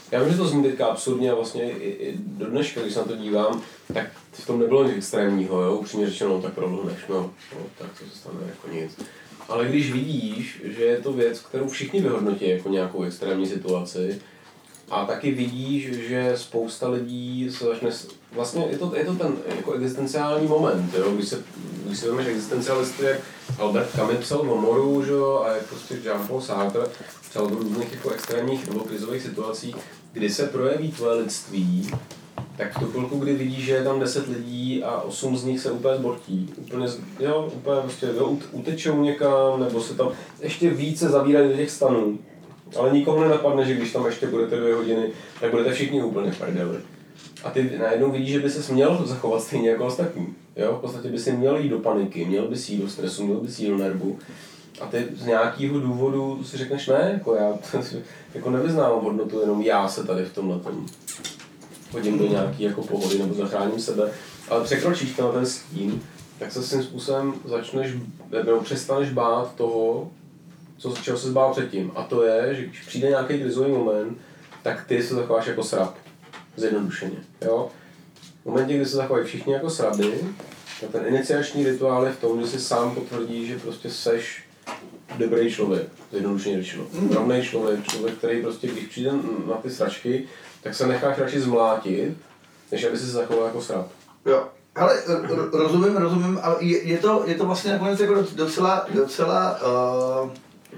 [SPEAKER 3] Já vím, že to zní teďka absurdně a vlastně i, i do dneška, když se na to dívám, tak v tom nebylo nic extrémního, jo, upřímně řečeno, tak prodlhneš, no, no, tak to se stane jako nic. Ale když vidíš, že je to věc, kterou všichni vyhodnotí jako nějakou extrémní situaci, a taky vidíš, že spousta lidí se začne, vlastně je to, je to ten jako existenciální moment, jo? Když se, když se vezmeš existencialisty, jak Albert Camus psal o moru, že? A jak prostě Jean-Paul Sartre psal o různých jako extrémních nebo krizových situacích, kdy se projeví tvoje lidství, tak v tu chvilku, kdy vidíš, že je tam deset lidí a osm z nich se úplně zbortí, úplně, jo, úplně prostě, jo, utečou někam, nebo se tam ještě více zavírají do těch stanů. Ale nikomu nenapadne, že když tam ještě budete dvě hodiny, tak budete všichni úplně v prdeli. A ty najednou vidíš, že by ses měl zachovat stejně jako ostatní. Jo? V podstatě by si měl jít do paniky, měl by si jít do stresu, měl by si jít do nervu. A ty z nějakého důvodu si řekneš, ne, jako já jako nevyznávám hodnotu, jenom já se tady v tomhle tom hodím do nějaký jako pohody nebo zachráním sebe. Ale překročíš ten ten stín, tak se svým způsobem začneš, nebo přestaneš bát toho, co, čeho se zbál předtím. A to je, že když přijde nějaký krizový moment, tak ty se zachováš jako srab. Zjednodušeně. Jo? V momentě, kdy se zachovají všichni jako sraby, tak ten iniciační rituál je v tom, že si sám potvrdí, že prostě seš dobrý člověk. Zjednodušeně řečeno. Rovnej člověk, člověk, který prostě, když přijde na ty sračky, tak se necháš radši zmlátit, než aby si se zachoval jako srab.
[SPEAKER 1] Jo. Ale rozumím, rozumím, ale je, je, to, je to vlastně nakonec jako docela, docela uh,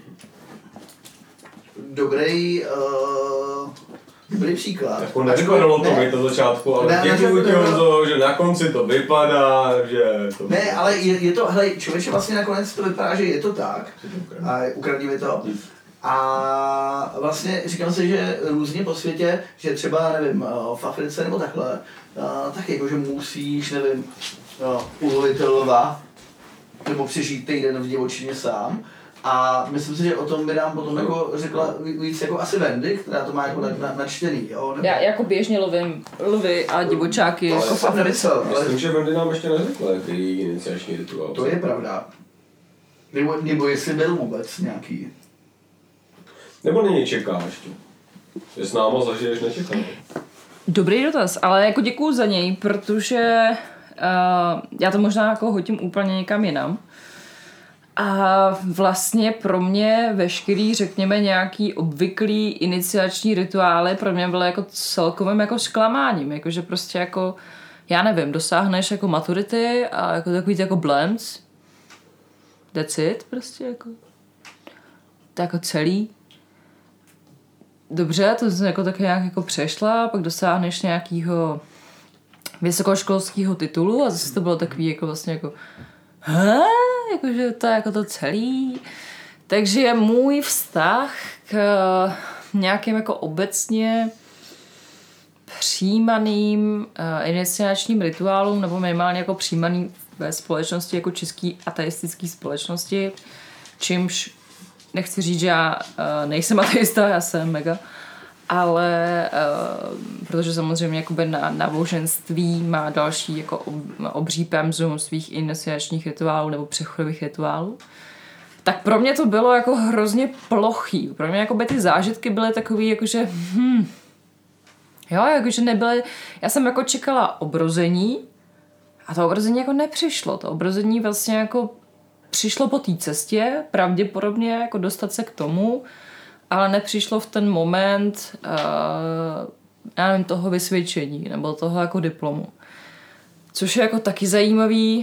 [SPEAKER 1] dobrý, uh, dobrý příklad.
[SPEAKER 3] Jako nevypadalo to mi to začátku, ale děkuji ti, Honzo, že na konci to vypadá, že to...
[SPEAKER 1] Ne, ale je, je to, hele, člověče vlastně nakonec to vypadá, že je to tak. A ukradni mi to. A vlastně říkám si, že různě po světě, že třeba, nevím, v Africe nebo takhle, tak jako, že musíš, nevím, ulovit lva, nebo přežít týden v divočině sám. A myslím si, že o tom by nám potom jako řekla víc jako asi Wendy, která to má jako na, načtený, jo? Nebo...
[SPEAKER 4] Já jako běžně lovím lvy a divočáky
[SPEAKER 1] ale
[SPEAKER 4] jako v Africe.
[SPEAKER 1] Ale...
[SPEAKER 3] Myslím, že Wendy nám ještě neřekla, jaký je její iniciační rituál.
[SPEAKER 1] To je pravda. Nebo, nebo jestli byl vůbec nějaký.
[SPEAKER 3] Nebo není čekáš tu? Že s náma zažiješ nečekaný.
[SPEAKER 4] Dobrý dotaz, ale jako děkuju za něj, protože uh, já to možná jako hodím úplně někam jinam. A vlastně pro mě veškerý, řekněme, nějaký obvyklý iniciační rituály pro mě byly jako celkovým jako zklamáním. Jakože prostě jako, já nevím, dosáhneš jako maturity a jako takový jako blends. That's it, prostě jako. To jako celý. Dobře, to jsem jako tak nějak jako přešla, pak dosáhneš nějakého vysokoškolského titulu a zase to bylo takový jako vlastně jako hä? Jakože to je jako to celý. Takže můj vztah k nějakým jako obecně přijímaným uh, iniciačním rituálům nebo minimálně jako přijímaným ve společnosti jako český ateistický společnosti, čímž nechci říct, že já uh, nejsem ateista, já jsem mega, ale uh, protože samozřejmě jakoby na náboženství má další jako ob, obří pemzum svých iniciačních rituálů nebo přechodových rituálů, tak pro mě to bylo jako hrozně plochý. Pro mě jakoby ty zážitky byly takový jakože hm, jo, jakože nebyly, já jsem jako čekala obrození a to obrození jako nepřišlo. To obrození vlastně jako přišlo po té cestě, pravděpodobně jako dostat se k tomu, ale nepřišlo v ten moment uh, já nevím, toho vysvědčení nebo toho jako diplomu. Což je jako taky zajímavý.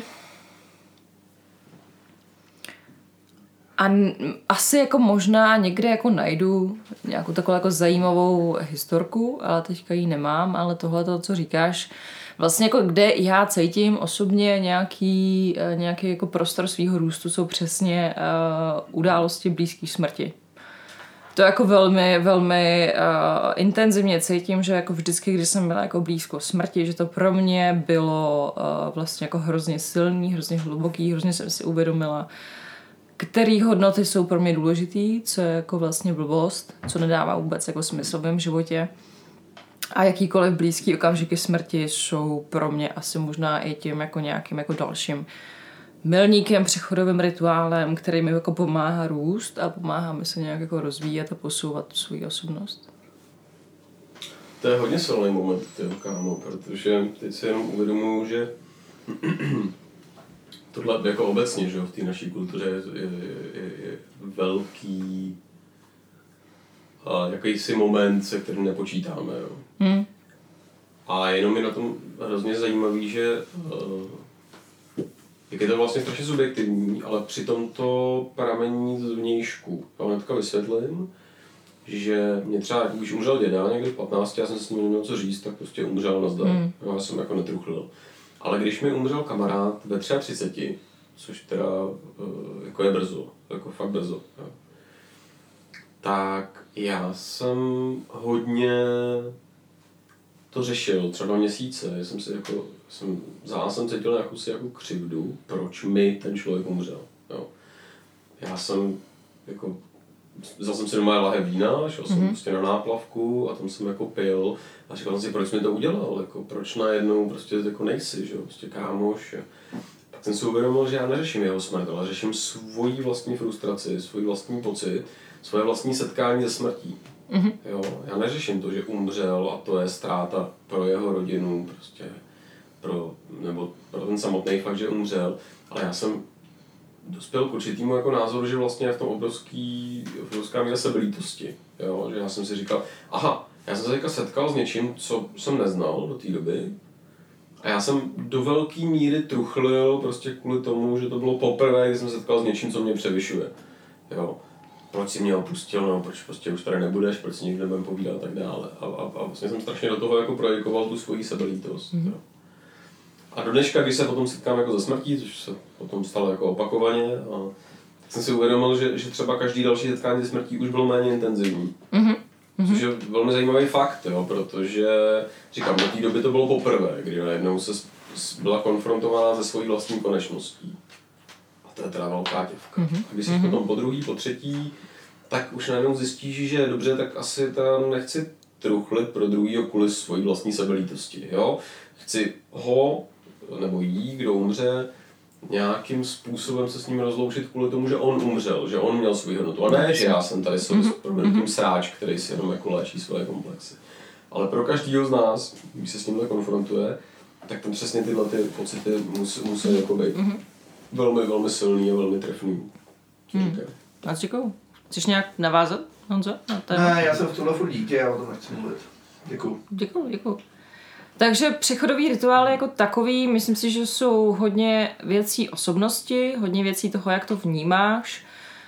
[SPEAKER 4] A n- asi jako možná někde jako najdu nějakou takovou jako zajímavou historku, ale teďka ji nemám, ale tohle to, co říkáš, vlastně jako kde já cítím osobně nějaký, nějaký jako prostor svýho růstu jsou přesně uh, události blízké smrti. To jako velmi, velmi uh, intenzivně cítím, že jako vždycky, když jsem byla jako blízko smrti, že to pro mě bylo uh, vlastně jako hrozně silný, hrozně hluboký, hrozně jsem si uvědomila, který hodnoty jsou pro mě důležitý, co je jako vlastně blbost, co nedává vůbec jako smysl v mém životě. A jakýkoliv blízký okamžiky smrti jsou pro mě asi možná i tím jako nějakým jako dalším milníkem, přechodovým rituálem, který mi jako pomáhá růst a pomáhá mi se nějak jako rozvíjet a posouvat svou osobnost.
[SPEAKER 3] to je hodně silný moment, tyjo, kámo, protože teď si jenom uvědomuji, že tohle jako obecně, že jo, v té naší kultuře je, je, je, je velký a jakýsi moment, se kterým nepočítáme, jo. Hmm. A jenom je na tom hrozně zajímavý, že uh, jak je to vlastně strašně subjektivní, ale přitom to pramení z vnějšku. Já hnedka vysvětlím, že mě třeba, když umřel děda někdy v patnácti, já jsem s ním neměl co říct, tak prostě umřel nazdar. Mm. Já jsem jako netruchlil. Ale když mi umřel kamarád ve třiceti třech, což teda jako je brzo, jako fakt brzo, jo. Tak já jsem hodně to řešil, třeba dva měsíce, jsem si jako, jsem, zás jsem cítil nějakou si jako křivdu, proč mi ten člověk umřel, jo. Já jsem jako vzal jsem si doma lahev vína, šel jsem mm-hmm. prostě na náplavku a tam jsem jako pil a říkal jsem si, proč jsi mi to udělal, jako, proč najednou prostě jako nejsi, že jo, prostě kámoš. A pak jsem si uvědomil, že já neřeším jeho smrt, ale řeším svoji vlastní frustraci, svůj vlastní pocit, svoje vlastní setkání se smrtí. Mm-hmm. Jo, já neřeším to, že umřel a to je ztráta pro jeho rodinu, prostě pro, nebo pro ten samotný fakt, že umřel, ale já jsem dospěl k určitýmu jako názoru, že vlastně je v tom obrovský, obrovská míra sebelítosti, jo, že já jsem si říkal, aha, já jsem se teďka setkal s něčím, co jsem neznal do té doby a já jsem do velké míry truchlil prostě kvůli tomu, že to bylo poprvé, kdy jsem se setkal s něčím, co mě převyšuje, jo. Proč si mě opustil, no, proč prostě už tady nebudeš, proč si nikdy nebudem povídat a tak dále. A, a, a vlastně jsem strašně do toho jako projikoval tu svoji sebelítost. Mm-hmm. A do dneška, když se potom setkám jako ze smrtí, což se potom stalo jako opakovaně, a tak jsem si uvědomil, že, že třeba každý další setkání ze smrtí už bylo méně intenzivní. Mm-hmm. Což je velmi zajímavý fakt, jo, protože říkám, do té doby to bylo poprvé, kdy najednou se byla konfrontovaná se svojí vlastní konečností. To je teda velká děvka. Mm-hmm. A když jsi mm-hmm. potom po druhý, po třetí, tak už najednou zjistíš, že dobře, tak asi tam nechci truchlit pro druhýho kvůli svojí vlastní sebelítosti, jo. Chci ho, nebo jí, kdo umře, nějakým způsobem se s ním rozloučit kvůli tomu, že on umřel, že on měl svou hodnotu. A ne, že já jsem tady s mm-hmm. sráč, který si jenom jako léčí svoje komplexy. Ale pro každýho z nás, když se s nímhle konfrontuje, tak tam přesně tyhle ty pocity musí, musí jako být. Mm-hmm. Velmi, velmi silný a velmi trefný.
[SPEAKER 4] Hmm. A děkuju. Chceš nějak navázat, Honzo?
[SPEAKER 1] Ne, já jsem v tohle furt dítě, já o tom nechci mluvit. Děkuju.
[SPEAKER 4] Děkuju, děkuju. Takže přechodový rituály jako takový, myslím si, že jsou hodně věcí osobnosti, hodně věcí toho, jak to vnímáš.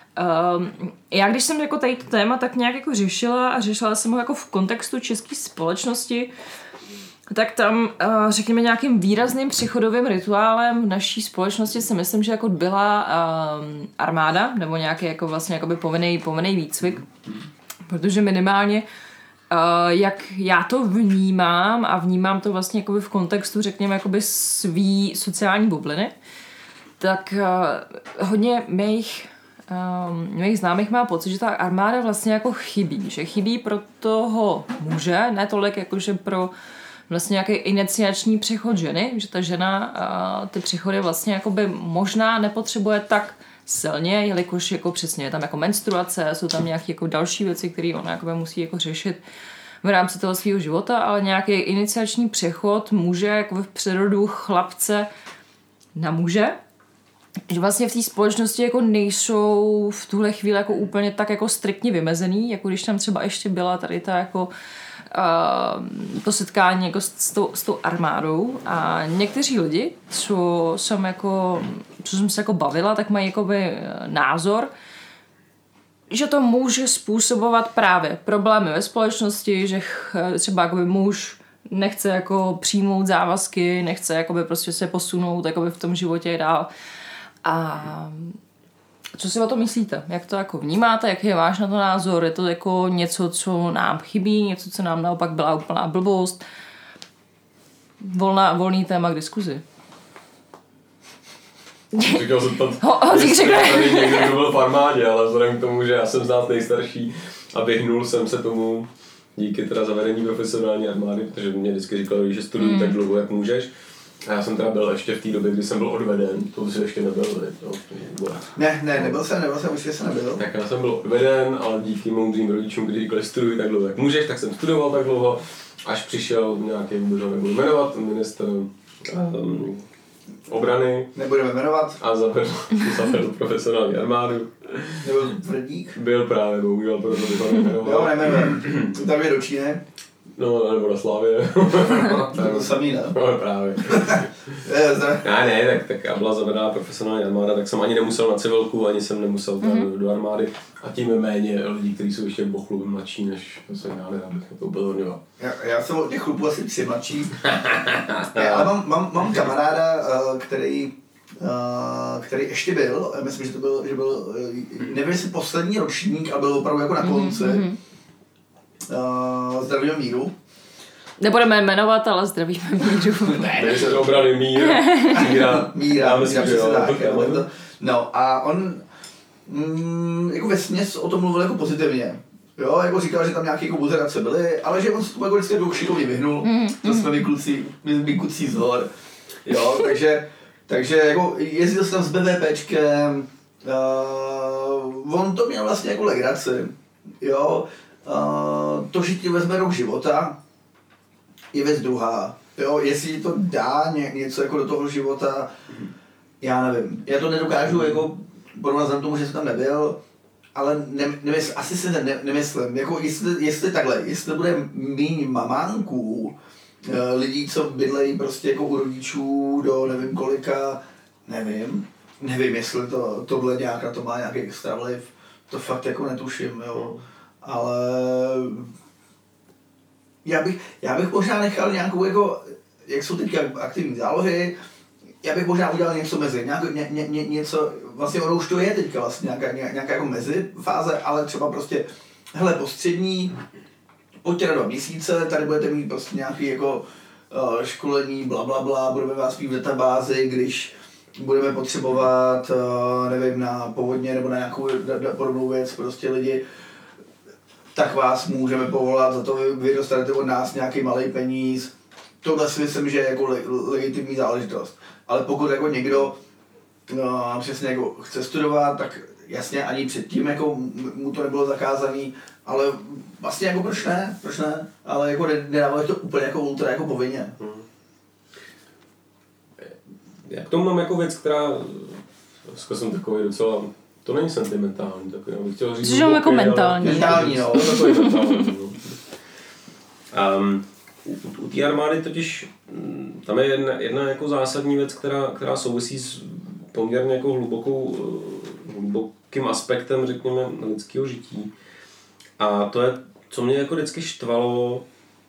[SPEAKER 4] Um, já když jsem jako tady to téma tak nějak jako řešila a řešila jsem ho jako v kontextu české společnosti, tak tam, řekněme, nějakým výrazným přechodovým rituálem v naší společnosti si myslím, že jako byla um, armáda, nebo nějaký jako vlastně jakoby povinný, povinný výcvik, protože minimálně uh, jak já to vnímám a vnímám to vlastně jakoby v kontextu, řekněme, jakoby svý sociální bubliny, tak uh, hodně mých Um, mých známých má pocit, že ta armáda vlastně jako chybí, že chybí pro toho muže, ne tolik jakože pro vlastně nějaký iniciační přechod ženy, že ta žena uh, ty přechody vlastně jakoby možná nepotřebuje tak silně, jelikož jako přesně je tam jako menstruace, jsou tam nějaké jako další věci, které ona jakoby musí jako řešit v rámci toho svého života, ale nějaký iniciační přechod muže jako v přerodu chlapce na muže, že vlastně v té společnosti jako nejsou v tuhle chvíli jako úplně tak jako striktně vymezený, jako když tam třeba ještě byla tady ta jako Uh, to setkání jako s, s, tou, s tou armádou a někteří lidi, co jsem jako, co jsem se jako bavila, tak mají jakoby názor, že to může způsobovat právě problémy ve společnosti, že třeba jakoby muž nechce jako přijmout závazky, nechce jakoby prostě se posunout jakoby v tom životě dál. A co si o tom myslíte? Jak to jako vnímáte? Jaký je váš na to názor? Je to jako něco, co nám chybí? Něco, co nám naopak byla úplná blbost? Volná, volný téma k diskuzi.
[SPEAKER 3] Říkal jsem tam, jestli tady někdo, kdo byl v armádě, ale vzhledem k tomu, že já jsem z nás nejstarší a vyhnul jsem se tomu díky teda zavedení profesionální armády, protože mě vždycky říkali, že studuji mm. tak dlouho, jak můžeš. A já jsem teda byl ještě v té době, kdy jsem byl odveden, to jsi ještě nebyl, ne?
[SPEAKER 1] Ne, ne, nebyl jsem, nebyl jsem, určitě jsem nebyl.
[SPEAKER 3] Tak já jsem byl odveden, ale díky moudrým rodičům, kteří říkali, studuj tak dlouho, jak můžeš, tak jsem studoval tak dlouho. až přišel nějaký, už ho nebudu jmenovat, ministr um, obrany.
[SPEAKER 1] Nebudeme jmenovat.
[SPEAKER 3] A zavedl, zavedl profesionální armádu.
[SPEAKER 1] Nebyl tvrdík.
[SPEAKER 3] Byl právě, bohužel, proto bych ho nejmenoval.
[SPEAKER 1] Jo, nejmenujeme. Tam je do Číny.
[SPEAKER 3] No, nebo na Slávě.
[SPEAKER 1] To je to samý, ne?
[SPEAKER 3] No, právě. Ne, ne, tak, tak a byla zavedená profesionální armáda, tak jsem ani nemusel na civilku, ani jsem nemusel mm-hmm. do, do armády. A tím je méně lidí, kteří jsou ještě bochluby mladší, než jsem já nedám, to upozorňoval.
[SPEAKER 1] Já, já jsem od těch chlupů asi tři mladší. Já, ale mám, mám, mám kamaráda, který, který ještě byl, myslím, že to byl, že byl, nevím, jestli poslední ročník, ale byl opravdu jako na konci. Mm-hmm. Uh, zdravíme míru.
[SPEAKER 4] Nebudeme jmenovat, ale zdravíme míru.
[SPEAKER 3] Ne, takže se obrany mír. Míra.
[SPEAKER 1] Míra, míra, přesně tak. No a on mm, jako vesměs o tom mluvil jako pozitivně. Jo, jako říkal, že tam nějaké jako buzerace byly, ale že on se tomu jako vždycky jako šikovně vyhnul. Mm, to jsme my kluci, my kluci z hor. Jo, takže, takže jako jezdil jsem tam s BVPčkem, uh, on to měl vlastně jako legraci. Jo. Uh, to, že ti vezme rok života, je věc druhá. Jo, jestli to dá ně, něco jako do toho života, já nevím. Já to nedokážu jako porovnat tomu, že jsem tam nebyl, ale ne, nemysl, asi si ne, nemyslím. Jako jestli, jestli takhle, jestli bude míň mamánků, uh, lidí, co bydlejí prostě jako u rodičů do nevím kolika, nevím. Nevím, jestli to, tohle nějaká, to má nějaký extra vliv. To fakt jako netuším, jo. Ale já bych, já bych možná nechal nějakou jako, jak jsou teďka aktivní zálohy, já bych možná udělal něco mezi, nějak, ně, ně, ně, něco, vlastně ono už to je teďka vlastně nějaká, nějaká jako mezi fáze, ale třeba prostě, hele, postřední, pojďte na dva měsíce, tady budete mít prostě nějaký jako uh, školení, bla, bla, bla, budeme vás mít v databázi, když budeme potřebovat, uh, nevím, na povodně nebo na nějakou podobnou věc, prostě lidi, tak vás můžeme povolat, za to vy dostanete od nás nějaký malý peníz. Tohle si myslím, že je jako le- legitimní záležitost. Ale pokud jako někdo no, přesně jako chce studovat, tak jasně ani předtím jako mu to nebylo zakázané, ale vlastně jako proč ne, proč ne, ale jako nedávali to úplně jako ultra jako povinně.
[SPEAKER 3] Hmm. Já k tomu mám jako věc, která, dneska jsem takový docela, to není sentimentální, takový, já bych chtěl říct.
[SPEAKER 4] Což je jako mentální.
[SPEAKER 1] Mentální, no.
[SPEAKER 3] To je takový mentální, no. Um, u, u té armády totiž, tam je jedna, jedna jako zásadní věc, která, která souvisí s poměrně jako hlubokou, hlubokým aspektem, řekněme, lidského žití. A to je, co mě jako vždycky štvalo,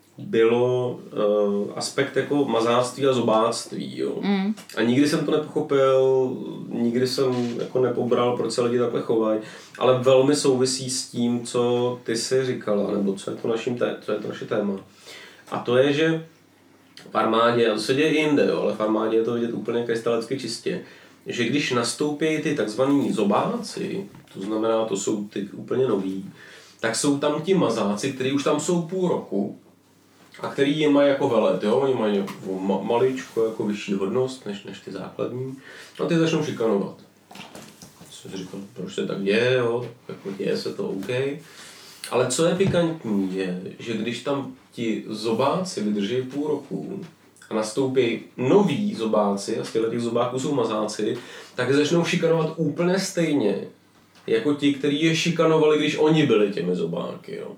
[SPEAKER 3] bylo uh, aspekt jako mazáctví a zobáctví, jo. Mm. A nikdy jsem to nepochopil, nikdy jsem jako nepobral, proč se lidi takhle chovají, ale velmi souvisí s tím, co ty jsi říkala, nebo co je to, naším té, co je to naše téma. A to je, že v armádě, a to se děje i jinde, jo, ale v armádě je to vidět úplně krystalicky čistě, že když nastoupí ty takzvaní zobáci, to znamená, to jsou ty úplně noví, tak jsou tam ti mazáci, kteří už tam jsou půl roku, a který je mají jako velet, jo? Oni mají ma- maličko jako vyšší hodnost než, než ty základní a ty začnou šikanovat. Jsem si říkal, proč se tak děje, jo? Jako děje se to OK. Ale co je pikantní je, že když tam ti zobáci vydrží půl roku a nastoupí noví zobáci a z těch zobáků jsou mazáci, tak začnou šikanovat úplně stejně jako ti, kteří je šikanovali, když oni byli těmi zobáky, jo?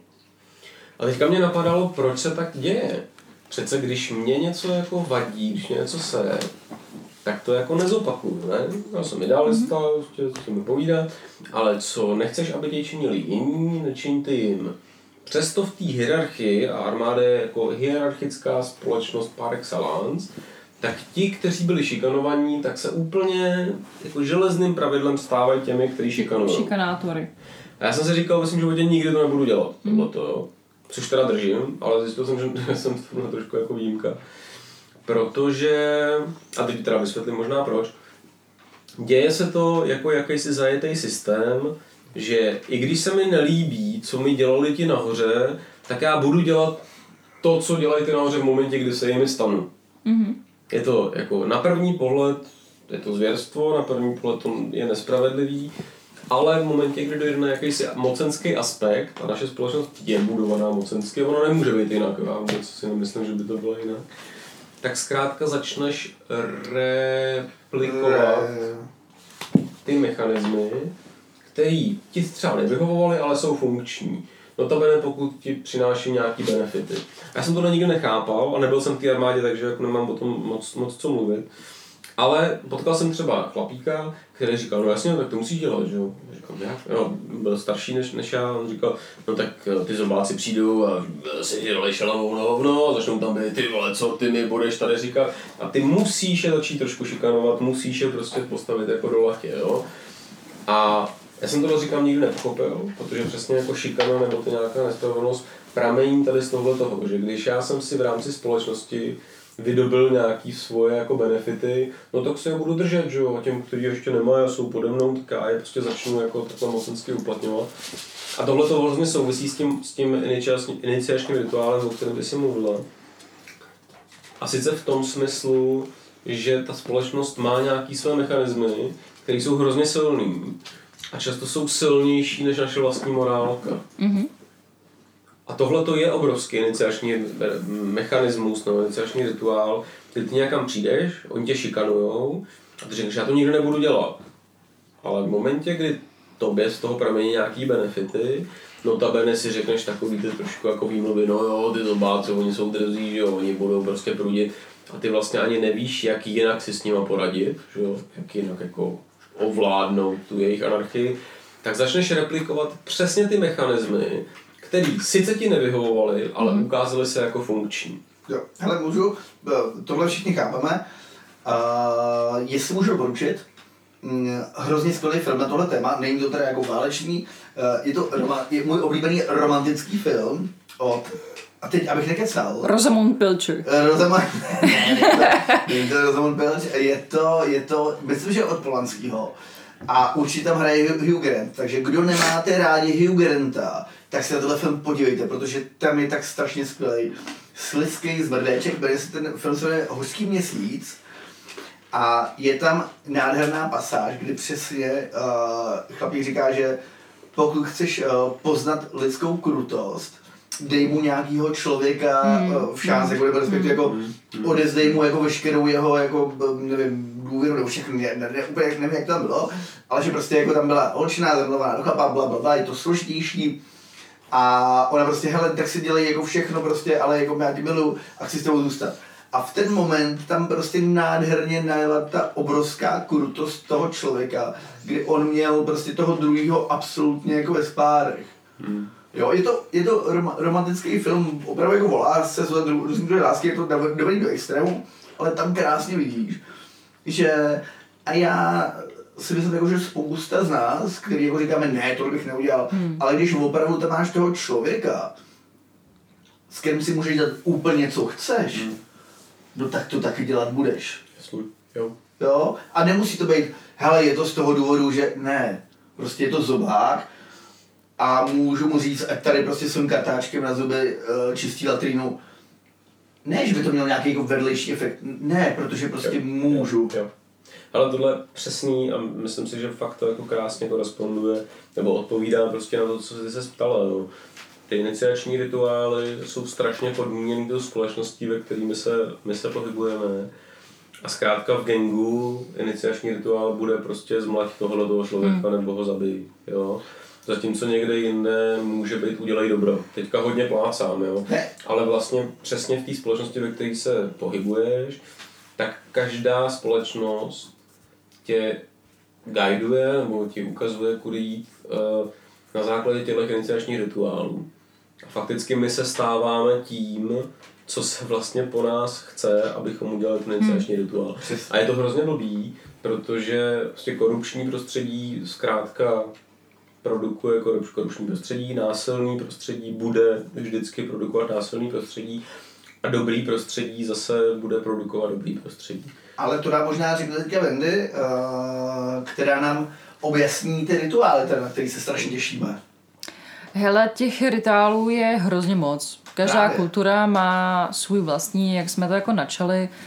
[SPEAKER 3] A teďka mě napadalo, proč se tak děje. Přece když mě něco jako vadí, když mě něco sere, tak to jako nezopakuju, ne? Já jsem idealista, mm-hmm. chci mi povídat, ale co nechceš, aby tě činili jiní, nečiňte jim. Přesto v té hierarchii, a armáda je jako hierarchická společnost par excellence, tak ti, kteří byli šikanovaní, tak se úplně jako železným pravidlem stávají těmi, kteří šikanují.
[SPEAKER 4] Šikanátory.
[SPEAKER 3] A já jsem si říkal, myslím, že v životě nikdy to nebudu dělat, mm. tohleto, jo. Což teda držím, ale zjistil jsem, že jsem to trošku jako výjimka. Protože, a teď teda vysvětlím možná proč, děje se to jako jakýsi zajetý systém, že i když se mi nelíbí, co mi dělali ti nahoře, tak já budu dělat to, co dělají ty nahoře v momentě, kdy se jimi stanu. Mm-hmm. Je to jako na první pohled, je to zvěrstvo, na první pohled to je nespravedlivý, ale v momentě, kdy dojde na jakýsi mocenský aspekt a naše společnost je budovaná mocensky, ono nemůže být jinak, já vůbec si nemyslím, že by to bylo jinak, tak zkrátka začneš replikovat ty mechanismy, který ti třeba nevyhovovaly, ale jsou funkční. Notabene pokud ti přináší nějaký benefity. Já jsem to nikdy nechápal a nebyl jsem v té armádě, takže jako nemám o tom moc, moc co mluvit. Ale potkal jsem třeba chlapíka, který říkal, no jasně, tak to musíš dělat, že jo. Říkal, jak? No, byl starší než, než já, on říkal, no tak ty zobáci přijdou a si dělají šelavou na hovno a začnou tam být, ty vole, co ty mi budeš tady říkat. A ty musíš je začít trošku šikanovat, musíš je prostě postavit jako do latě, jo. A já jsem tohle říkám nikdy nepochopil, protože přesně jako šikana nebo to nějaká nespravedlnost pramení tady z tohle toho, že když já jsem si v rámci společnosti vydobil nějaký svoje jako benefity, no tak se je budu držet, že jo, a těm, kteří ještě nemají a jsou pode mnou, tak já je prostě začnu jako takhle mocensky uplatňovat. A tohle to vlastně souvisí s tím, s tím iniciačním rituálem, o kterém by si mluvila. A sice v tom smyslu, že ta společnost má nějaký své mechanismy, které jsou hrozně silný a často jsou silnější než naše vlastní morálka. Mm-hmm. A tohle to je obrovský iniciační mechanismus, no, iniciační rituál, kdy ty někam přijdeš, oni tě šikanujou a ty řekneš, já to nikdy nebudu dělat. Ale v momentě, kdy tobě z toho pramení nějaký benefity, notabene si řekneš takový ty trošku jako výmluvy, no jo, ty zobáci, oni jsou drzí, že jo, oni budou prostě prudit a ty vlastně ani nevíš, jak jinak si s nima poradit, že jo, jak jinak jako ovládnout tu jejich anarchii, tak začneš replikovat přesně ty mechanismy, který sice ti nevyhovovaly, ale mm. ukázaly se jako funkční.
[SPEAKER 1] Jo, hele, můžu, tohle všichni chápeme. Uh, jestli můžu doporučit, mm, hrozně skvělý film na tohle téma, není to teda jako válečný, uh, je to roma, je můj oblíbený romantický film od, a teď abych nekecal.
[SPEAKER 4] Rosamund Pilcher.
[SPEAKER 1] Rosamund, ne, ne, není to Rosamund Pilcher, je to, je to, myslím, že od Polanského. A určitě tam hraje Hugh Grant, takže kdo nemáte rádi Hugh Granta, tak se na tohle film podívejte, protože tam je tak strašně skvělý. Slizký zmrdéček, jmenuje se ten film se jmenuje Hořký měsíc a je tam nádherná pasáž, kdy přesně uh, chlapík říká, že pokud chceš uh, poznat lidskou krutost, dej mu nějakýho člověka mm. uh, v šánci, mm. jako, respektive jako mm. odezdej mu jako veškerou jeho jako, nevím, důvěru nebo všechno, ne, ne, ne, úplně nevím, jak to tam bylo, ale že prostě jako tam byla holčina zamilovaná do chlapa, bla, bla, bla, je to složitější. A ona prostě, hele, tak si dělej jako všechno prostě, ale jako já tě miluju a chci s tebou zůstat. A v ten moment tam prostě nádherně najela ta obrovská krutost toho člověka, kdy on měl prostě toho druhého absolutně jako ve spárech. Hmm. Jo, je to, je to rom, romantický film, opravdu jako volá se z různých druhé lásky, je to dobrý do extrému, ale tam krásně vidíš, že a já si myslím, jako, že spousta z nás, který jako říkáme, ne, to bych neudělal, hmm. ale když opravdu tam máš toho člověka, s kterým si můžeš dělat úplně co chceš, hmm. no tak to taky dělat budeš.
[SPEAKER 3] Jasně, jo.
[SPEAKER 1] Jo? A nemusí to být, hele, je to z toho důvodu, že ne, prostě je to zobák a můžu mu říct, ať tady prostě svým kartáčkem na zuby uh, čistí latrínu. Ne, že by to mělo nějaký jako vedlejší efekt, ne, protože prostě jo. můžu.
[SPEAKER 3] Jo. Ale tohle přesný a myslím si, že fakt to jako krásně koresponduje nebo odpovídá prostě na to, co jsi se ptala. No. Ty iniciační rituály jsou strašně podmíněny tou společností, ve které my se, my se pohybujeme. A zkrátka v gangu iniciační rituál bude prostě zmlať tohle toho člověka hmm. nebo ho zabij. Jo? Zatímco někde jinde může být udělej dobro. Teďka hodně plácám, jo. Ale vlastně přesně v té společnosti, ve které se pohybuješ, tak každá společnost tě guiduje nebo ti ukazuje, kudy jít uh, na základě těchto iniciačních rituálů. A fakticky my se stáváme tím, co se vlastně po nás chce, abychom udělali ten iniciační hmm. rituál. A je to hrozně blbý, protože vlastně korupční prostředí zkrátka produkuje korupční prostředí, násilný prostředí bude vždycky produkovat násilný prostředí a dobrý prostředí zase bude produkovat dobrý prostředí.
[SPEAKER 1] Ale to nám možná řekne teďka Wendy, která nám objasní ty rituály, na který se strašně těšíme.
[SPEAKER 4] Hele, těch rituálů je hrozně moc. Každá
[SPEAKER 1] Právě.
[SPEAKER 4] kultura má svůj vlastní, jak jsme to jako načali.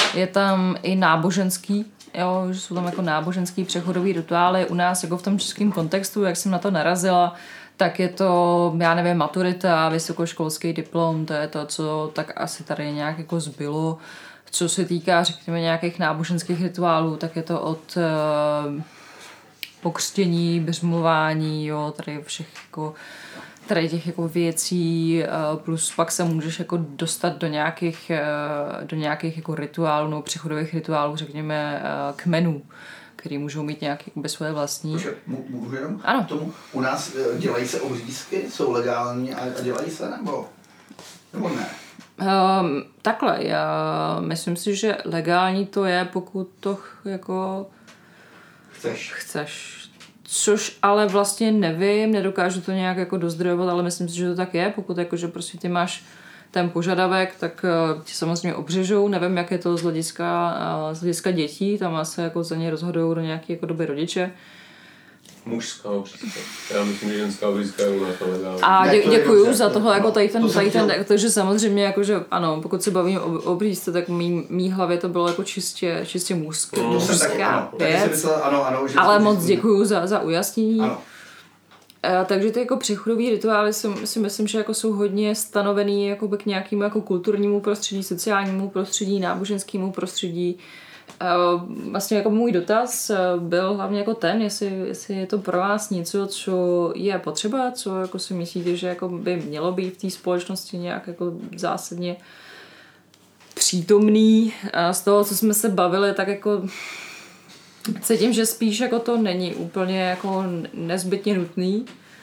[SPEAKER 4] je tam i náboženský, jo, že jsou tam jako náboženský přechodový rituály. U nás jako v tom českém kontextu, jak jsem na to narazila, tak je to, já nevím, maturita, vysokoškolský diplom, to je to, co tak asi tady nějak jako zbylo. Co se týká, řekněme, nějakých náboženských rituálů, tak je to od uh, pokřtění, běžmování, jo, tady všech jako, tady těch jako věcí, uh, plus pak se můžeš jako dostat do nějakých, uh, do nějakých jako rituálů, no, přechodových rituálů, řekněme, uh, kmenů, který můžou mít nějaké svoje vlastní.
[SPEAKER 1] Počkej, můžu jenom
[SPEAKER 4] ano.
[SPEAKER 1] k tomu? U nás dělají se obřízky, jsou legální a, a dělají se, nebo, nebo ne?
[SPEAKER 4] Um, takhle, já myslím si, že legální to je, pokud to jako
[SPEAKER 1] chceš.
[SPEAKER 4] chceš. Což ale vlastně nevím, nedokážu to nějak jako dozdrojovat, ale myslím si, že to tak je, pokud jako, že prostě ty máš ten požadavek, tak uh, ti samozřejmě obřežou, nevím, jak je to z hlediska, uh, z hlediska dětí, tam se jako za ně rozhodují do nějaké jako doby rodiče.
[SPEAKER 3] Mužská obřízka. Já myslím, že ženská obřízka je u nás legální.
[SPEAKER 4] A dě, děkuju
[SPEAKER 1] dobře,
[SPEAKER 4] za toho, jako tady ten,
[SPEAKER 1] to
[SPEAKER 4] tady ten,
[SPEAKER 1] chtěl...
[SPEAKER 4] takže samozřejmě, jako, že ano, pokud se bavíme o obřízce, tak mý, mý hlavě to bylo jako čistě, čistě mužské,
[SPEAKER 1] To jsem taky, ano, taky jsem myslel, ano, ano,
[SPEAKER 4] ale moc děkuju za, za ujasnění.
[SPEAKER 1] Ano.
[SPEAKER 4] A, takže ty jako přechodový rituály si, si myslím, že jako jsou hodně stanovený jako k nějakému jako kulturnímu prostředí, sociálnímu prostředí, náboženskému prostředí. Vlastně jako můj dotaz byl hlavně jako ten, jestli, jestli je to pro vás něco, co je potřeba, co jako si myslíte, že jako by mělo být v té společnosti nějak jako zásadně přítomný. A z toho, co jsme se bavili, tak jako cítím, že spíš jako to není úplně jako nezbytně nutný.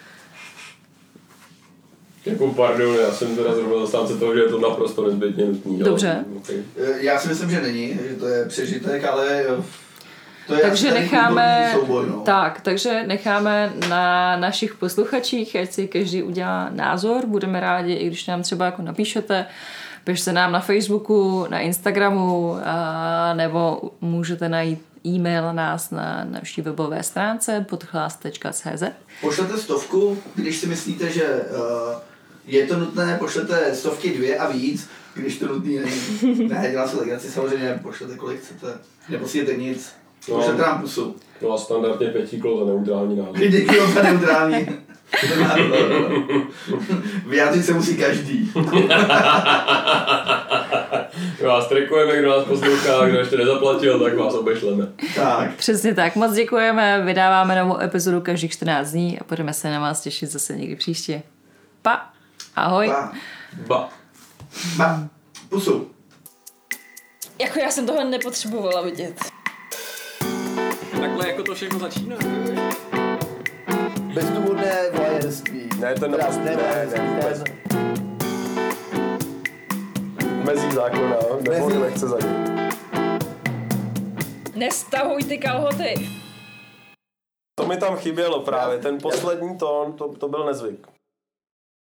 [SPEAKER 3] Jako pardon, já jsem teda zrovna zastánce toho, že je to naprosto nezbytně nutný.
[SPEAKER 4] Dobře.
[SPEAKER 3] Okay.
[SPEAKER 1] Já si myslím, že není, že to je přežitek, ale to je
[SPEAKER 4] takže necháme,
[SPEAKER 1] souboj, no.
[SPEAKER 4] tak, takže necháme na našich posluchačích, ať si každý udělá názor. Budeme rádi, i když nám třeba jako napíšete, pište nám na Facebooku, na Instagramu, a, nebo můžete najít e-mail na nás na naší webové stránce podchlast tečka cé zet.
[SPEAKER 1] Pošlete stovku, když si myslíte, že uh, je to nutné, pošlete stovky dvě a víc, když to nutný není. Ne, dělám si legraci, samozřejmě pošlete kolik chcete, neposílete nic,
[SPEAKER 3] no,
[SPEAKER 1] pošlete nám pusu.
[SPEAKER 3] No a standardně pěti kilo za neutrální názor.
[SPEAKER 1] Pěti kilo za neutrální. Vyjádřit se musí každý.
[SPEAKER 3] My vás trikujeme, kdo nás poslouchá, kdo ještě nezaplatil, tak vás obešleme.
[SPEAKER 1] Tak.
[SPEAKER 4] Přesně tak, moc děkujeme, vydáváme novou epizodu každých čtrnáct dní a budeme se na vás těšit zase někdy příště. Pa, ahoj.
[SPEAKER 1] Pa.
[SPEAKER 3] Ba.
[SPEAKER 1] Ba. Pusu.
[SPEAKER 4] Jako já jsem toho nepotřebovala vidět.
[SPEAKER 3] Takhle jako to všechno začíná.
[SPEAKER 1] Bezdůvodné voyeurství.
[SPEAKER 3] Ne, ten
[SPEAKER 1] Teda,
[SPEAKER 3] ne,
[SPEAKER 1] ne,
[SPEAKER 3] ne, ne,
[SPEAKER 1] ne,
[SPEAKER 3] vůbec. Mezí zákona, nebo
[SPEAKER 1] Mezí.
[SPEAKER 3] nechce za ním.
[SPEAKER 4] Nestahuj ty kalhoty.
[SPEAKER 3] To mi tam chybělo právě, ten poslední tón, to, to byl nezvyk.